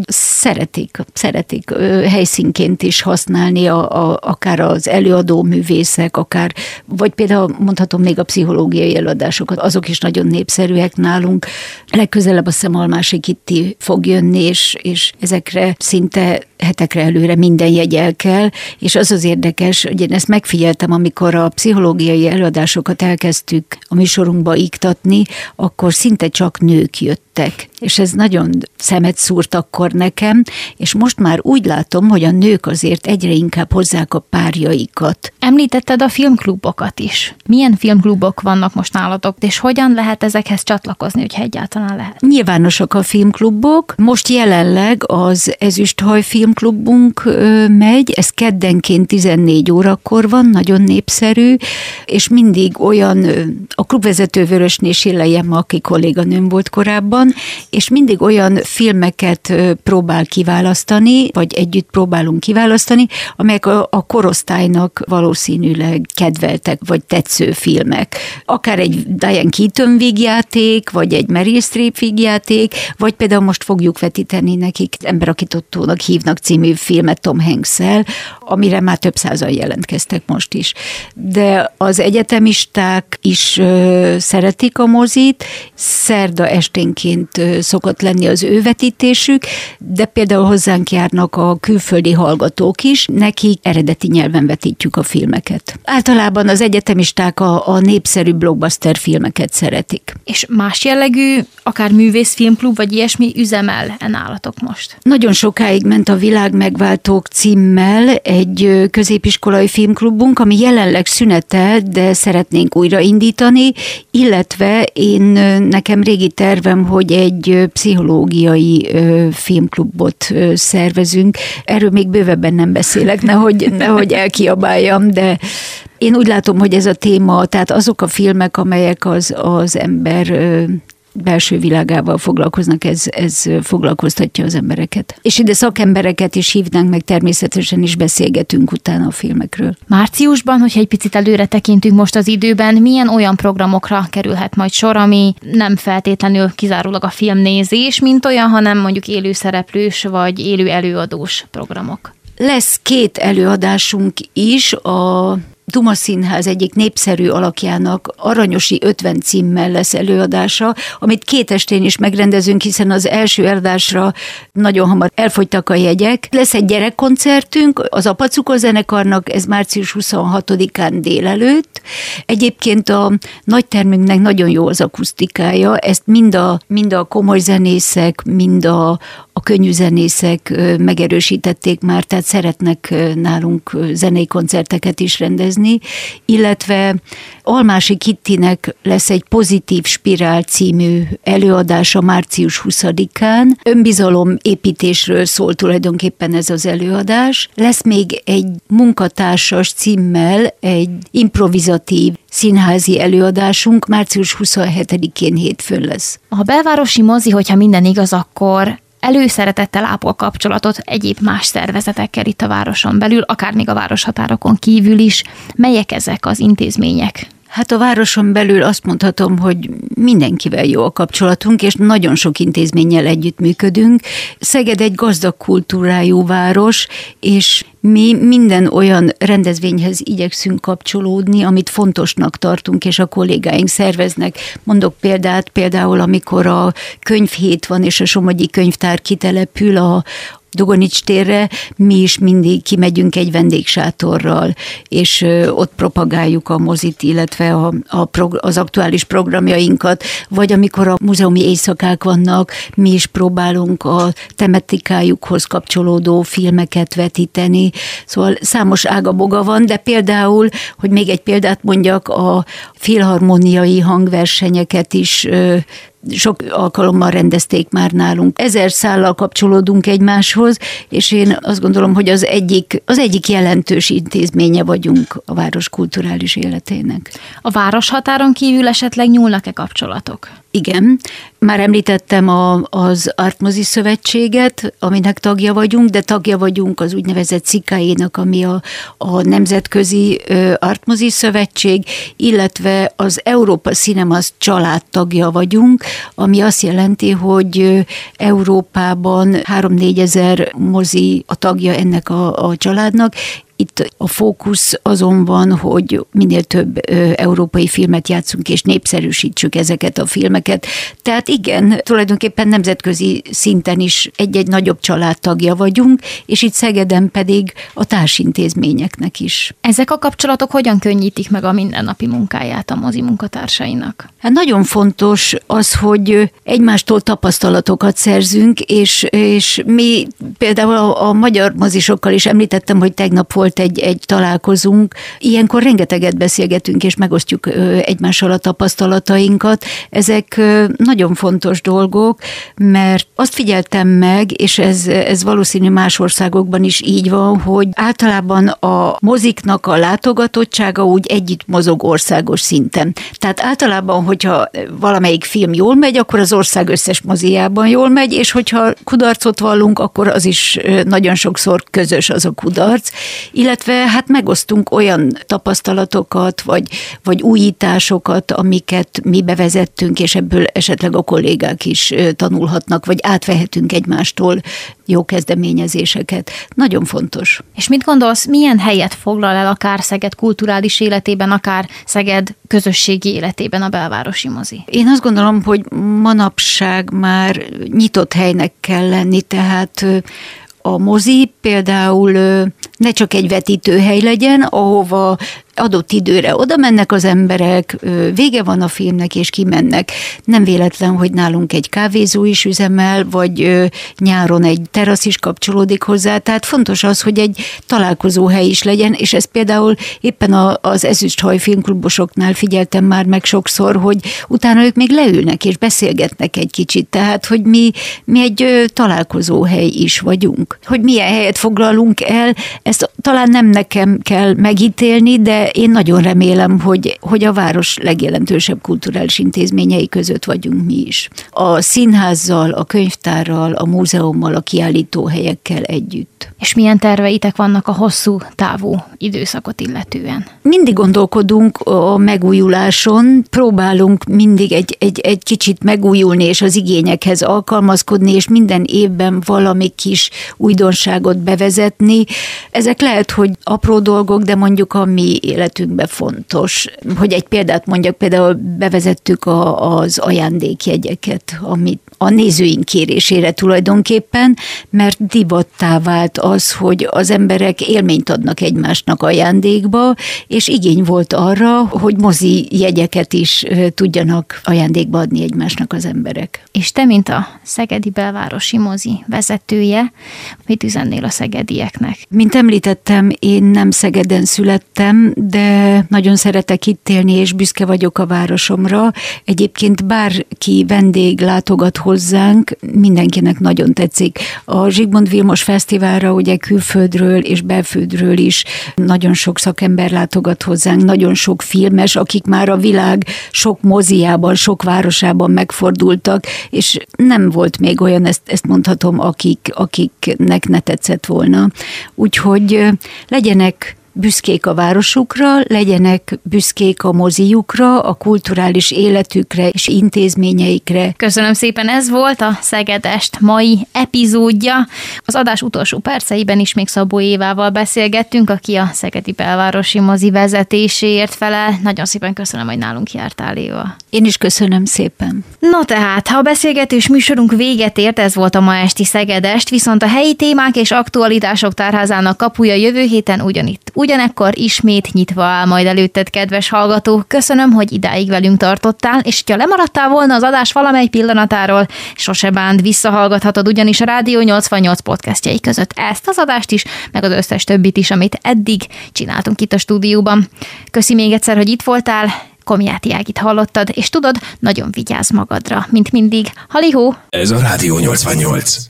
C: szeretik helyszínként is használni akár az előadó művészek, vagy például mondhatom még a pszichológiai előadásokat, azok is nagyon népszerűek nálunk. Legközelebb azt hiszem Almási Kitti fog jönni, és ezekre szinte hetekre előre minden jegyel kell, és az érdekes, hogy én ezt megfigyeltem, amikor a pszichológiai előadásokat elkezdtük a műsorunkba iktatni, akkor szinte csak nők jöttek, és ez nagyon szemet szúrt akkor nekem, és most már úgy látom, hogy a nők azért egyre inkább hozzák a párjaikat.
B: Említetted a filmklubokat is. Milyen filmklubok vannak most nálatok, és hogyan lehet ezekhez csatlakozni, hogyha egyáltalán lehet?
C: Nyilvánosak a filmklubok. Most jelenleg az Ezüsthaj Filmklubunk megy, ez keddenként 14 órakor van, nagyon népszerű, és mindig olyan, a klubvezető Vörösné Sillejem, aki kolléganőm volt korábban, és mindig olyan filmeket próbál kiválasztani, vagy együtt próbálunk kiválasztani, amelyek a korosztálynak valószínűleg kedveltek, vagy tetsző filmek. Akár egy Diane Keaton vígjáték, vagy egy Meryl Streep vígjáték, vagy például most fogjuk vetíteni nekik Ember, akit Ottónak hívnak című filmet Tom Hanks-el, amire már több százan jelentkeztek most is. De az egyetemisták is szeretik a mozit, szerda esténként szokott lenni az ő vetítésük, de például hozzánk járnak a külföldi hallgatók is, nekik eredeti nyelven vetítjük a filmeket. Általában az egyetemisták a népszerű blockbuster filmeket szeretik.
B: És más jellegű, akár művészfilmklub, vagy ilyesmi üzemel nálatok most?
C: Nagyon sokáig ment a Világ megváltók címmel egy középiskolai filmklubunk, ami jelenleg szünetel, de szeretnénk újraindítani, illetve nekem régi tervem, hogy hogy egy pszichológiai filmklubot szervezünk. Erről még bővebben nem beszélek, nehogy elkiabáljam, de én úgy látom, hogy ez a téma, tehát azok a filmek, amelyek az ember belső világával foglalkoznak, ez foglalkoztatja az embereket. És ide szakembereket is hívnánk, meg természetesen is beszélgetünk utána a filmekről.
B: Márciusban, hogyha egy picit előre tekintünk most az időben, milyen olyan programokra kerülhet majd sor, ami nem feltétlenül kizárólag a filmnézés, mint olyan, hanem mondjuk élőszereplős vagy élő előadós programok?
C: Lesz 2 előadásunk is, a Duma Színház egyik népszerű alakjának Aranyosi 50 címmel lesz előadása, amit 2 estén is megrendezünk, hiszen az első előadásra nagyon hamar elfogytak a jegyek. Lesz egy gyerekkoncertünk az Apacukor zenekarnak, ez március 26-án délelőtt. Egyébként a nagytermünknek nagyon jó az akusztikája, ezt mind a komoly zenészek, mind a könnyű zenészek megerősítették már, tehát szeretnek nálunk zenei koncerteket is rendezni, illetve Almási Kittinek lesz egy Pozitív Spirál című előadása március 20-án. Önbizalom építésről szól tulajdonképpen ez az előadás. Lesz még egy munkatársas címmel egy improvizatív színházi előadásunk, március 27-én hétfőn lesz.
B: A belvárosi mozi, hogyha minden igaz, akkor előszeretettel ápol kapcsolatot egyéb más szervezetekkel itt a városon belül, akár még a városhatárokon kívül is. Melyek ezek az intézmények?
C: Hát a városon belül azt mondhatom, hogy mindenkivel jó a kapcsolatunk, és nagyon sok intézménnyel együttműködünk. Szeged egy gazdag kultúrájú város, és mi minden olyan rendezvényhez igyekszünk kapcsolódni, amit fontosnak tartunk, és a kollégáink szerveznek. Mondok például amikor a könyvhét van, és a Somogyi Könyvtár kitelepül a Dugonics térre, mi is mindig kimegyünk egy vendégsátorral, és ott propagáljuk a mozit, illetve az aktuális programjainkat, vagy amikor a múzeumi éjszakák vannak, mi is próbálunk a tematikájukhoz kapcsolódó filmeket vetíteni. Szóval számos ágaboga van, de például, hogy még egy példát mondjak, a filharmoniai hangversenyeket is sok alkalommal rendezték már nálunk. 1000 szállal kapcsolódunk egymáshoz, és én azt gondolom, hogy az egyik jelentős intézménye vagyunk a város kulturális életének.
B: A városhatáron kívül esetleg nyúlnak-e kapcsolatok?
C: Igen, már említettem az Artmozi Szövetséget, aminek tagja vagyunk, de tagja vagyunk az úgynevezett SZIKA-énak, ami a Nemzetközi Artmozi Szövetség, illetve az Európa Cinemas család tagja vagyunk, ami azt jelenti, hogy Európában 3-4 ezer mozi a tagja ennek a családnak. Itt a fókusz azon van, hogy minél több európai filmet játszunk, és népszerűsítsük ezeket a filmeket. Tehát igen, tulajdonképpen nemzetközi szinten is egy-egy nagyobb családtagja vagyunk, és itt Szegeden pedig a társintézményeknek is.
B: Ezek a kapcsolatok hogyan könnyítik meg a mindennapi munkáját a mozi munkatársainak?
C: Hát nagyon fontos az, hogy egymástól tapasztalatokat szerzünk, és mi például a magyar mozisokkal is említettem, hogy tegnap volt egy találkozunk. Ilyenkor rengeteget beszélgetünk, és megosztjuk egymással a tapasztalatainkat. Ezek nagyon fontos dolgok, mert azt figyeltem meg, és ez valószínű más országokban is így van, hogy általában a moziknak a látogatottsága úgy együtt mozog országos szinten. Tehát általában, hogyha valamelyik film jól megy, akkor az ország összes moziában jól megy, és hogyha kudarcot vallunk, akkor az is nagyon sokszor közös az a kudarc. Illetve hát megosztunk olyan tapasztalatokat, vagy újításokat, amiket mi bevezettünk, és ebből esetleg a kollégák is tanulhatnak, vagy átvehetünk egymástól jó kezdeményezéseket. Nagyon fontos.
B: És mit gondolsz, milyen helyet foglal el akár Szeged kulturális életében, akár Szeged közösségi életében a belvárosi mozi?
C: Én azt gondolom, hogy manapság már nyitott helynek kell lenni, tehát a mozi például Ne csak egy vetítőhely legyen, ahova adott időre oda mennek az emberek, vége van a filmnek, és kimennek. Nem véletlen, hogy nálunk egy kávézó is üzemel, vagy nyáron egy terasz is kapcsolódik hozzá, tehát fontos az, hogy egy találkozóhely is legyen, és ez például éppen az Ezüsthaj filmklubosoknál figyeltem már meg sokszor, hogy utána ők még leülnek és beszélgetnek egy kicsit, tehát hogy mi egy találkozóhely is vagyunk. Hogy milyen helyet foglalunk el, ezt talán nem nekem kell megítélni, de én nagyon remélem, hogy a város legjelentősebb kulturális intézményei között vagyunk mi is. A színházzal, a könyvtárral, a múzeummal, a kiállítóhelyekkel együtt.
B: És milyen terveitek vannak a hosszú távú időszakot illetően?
C: Mindig gondolkodunk a megújuláson, próbálunk mindig egy kicsit megújulni, és az igényekhez alkalmazkodni, és minden évben valami kis újdonságot bevezetni. Ezek lehet, hogy apró dolgok, de mondjuk a mi életünkben fontos. Hogy egy példát mondjak, például bevezettük az ajándékjegyeket, amit a nézőink kérésére tulajdonképpen, mert divattá vált az, hogy az emberek élményt adnak egymásnak ajándékba, és igény volt arra, hogy mozi jegyeket is tudjanak ajándékba adni egymásnak az emberek.
B: És te, mint a Szegedi Belvárosi Mozi vezetője, mit üzennél a szegedieknek?
C: Mint említettem, én nem Szegeden születtem, de nagyon szeretek itt élni, és büszke vagyok a városomra. Egyébként bárki vendég látogat hozzánk, mindenkinek nagyon tetszik. A Zsigmond Vilmos Fesztiválra ugye külföldről és belföldről is nagyon sok szakember látogat hozzánk, nagyon sok filmes, akik már a világ sok moziában, sok városában megfordultak, és nem volt még olyan, ezt mondhatom, akiknek ne tetszett volna. Úgyhogy legyenek büszkék a városukra, legyenek büszkék a moziukra, a kulturális életükre és intézményeikre.
B: Köszönöm szépen, ez volt a Szegedest mai epizódja. Az adás utolsó perceiben is még Szabó Évával beszélgettünk, aki a Szegedi Belvárosi Mozi vezetéséért felel. Nagyon szépen köszönöm, hogy nálunk jártál, Éva.
C: Én is köszönöm szépen.
B: No tehát, ha a beszélgetős műsorunk véget ért, ez volt a ma esti Szegedest, viszont a helyi témák és aktualitások tárházának kapuja jövő héten ugyanekkor ismét nyitva áll majd előtted, kedves hallgató. Köszönöm, hogy idáig velünk tartottál, és ha lemaradtál volna az adás valamely pillanatáról, sose bánt, visszahallgathatod ugyanis a Rádió 88 podcastjai között ezt az adást is, meg az összes többit is, amit eddig csináltunk itt a stúdióban. Köszi még egyszer, hogy itt voltál, Komjáti Ágit hallottad, és tudod, nagyon vigyázz magadra, mint mindig. Halihó!
A: Ez a Rádió 88.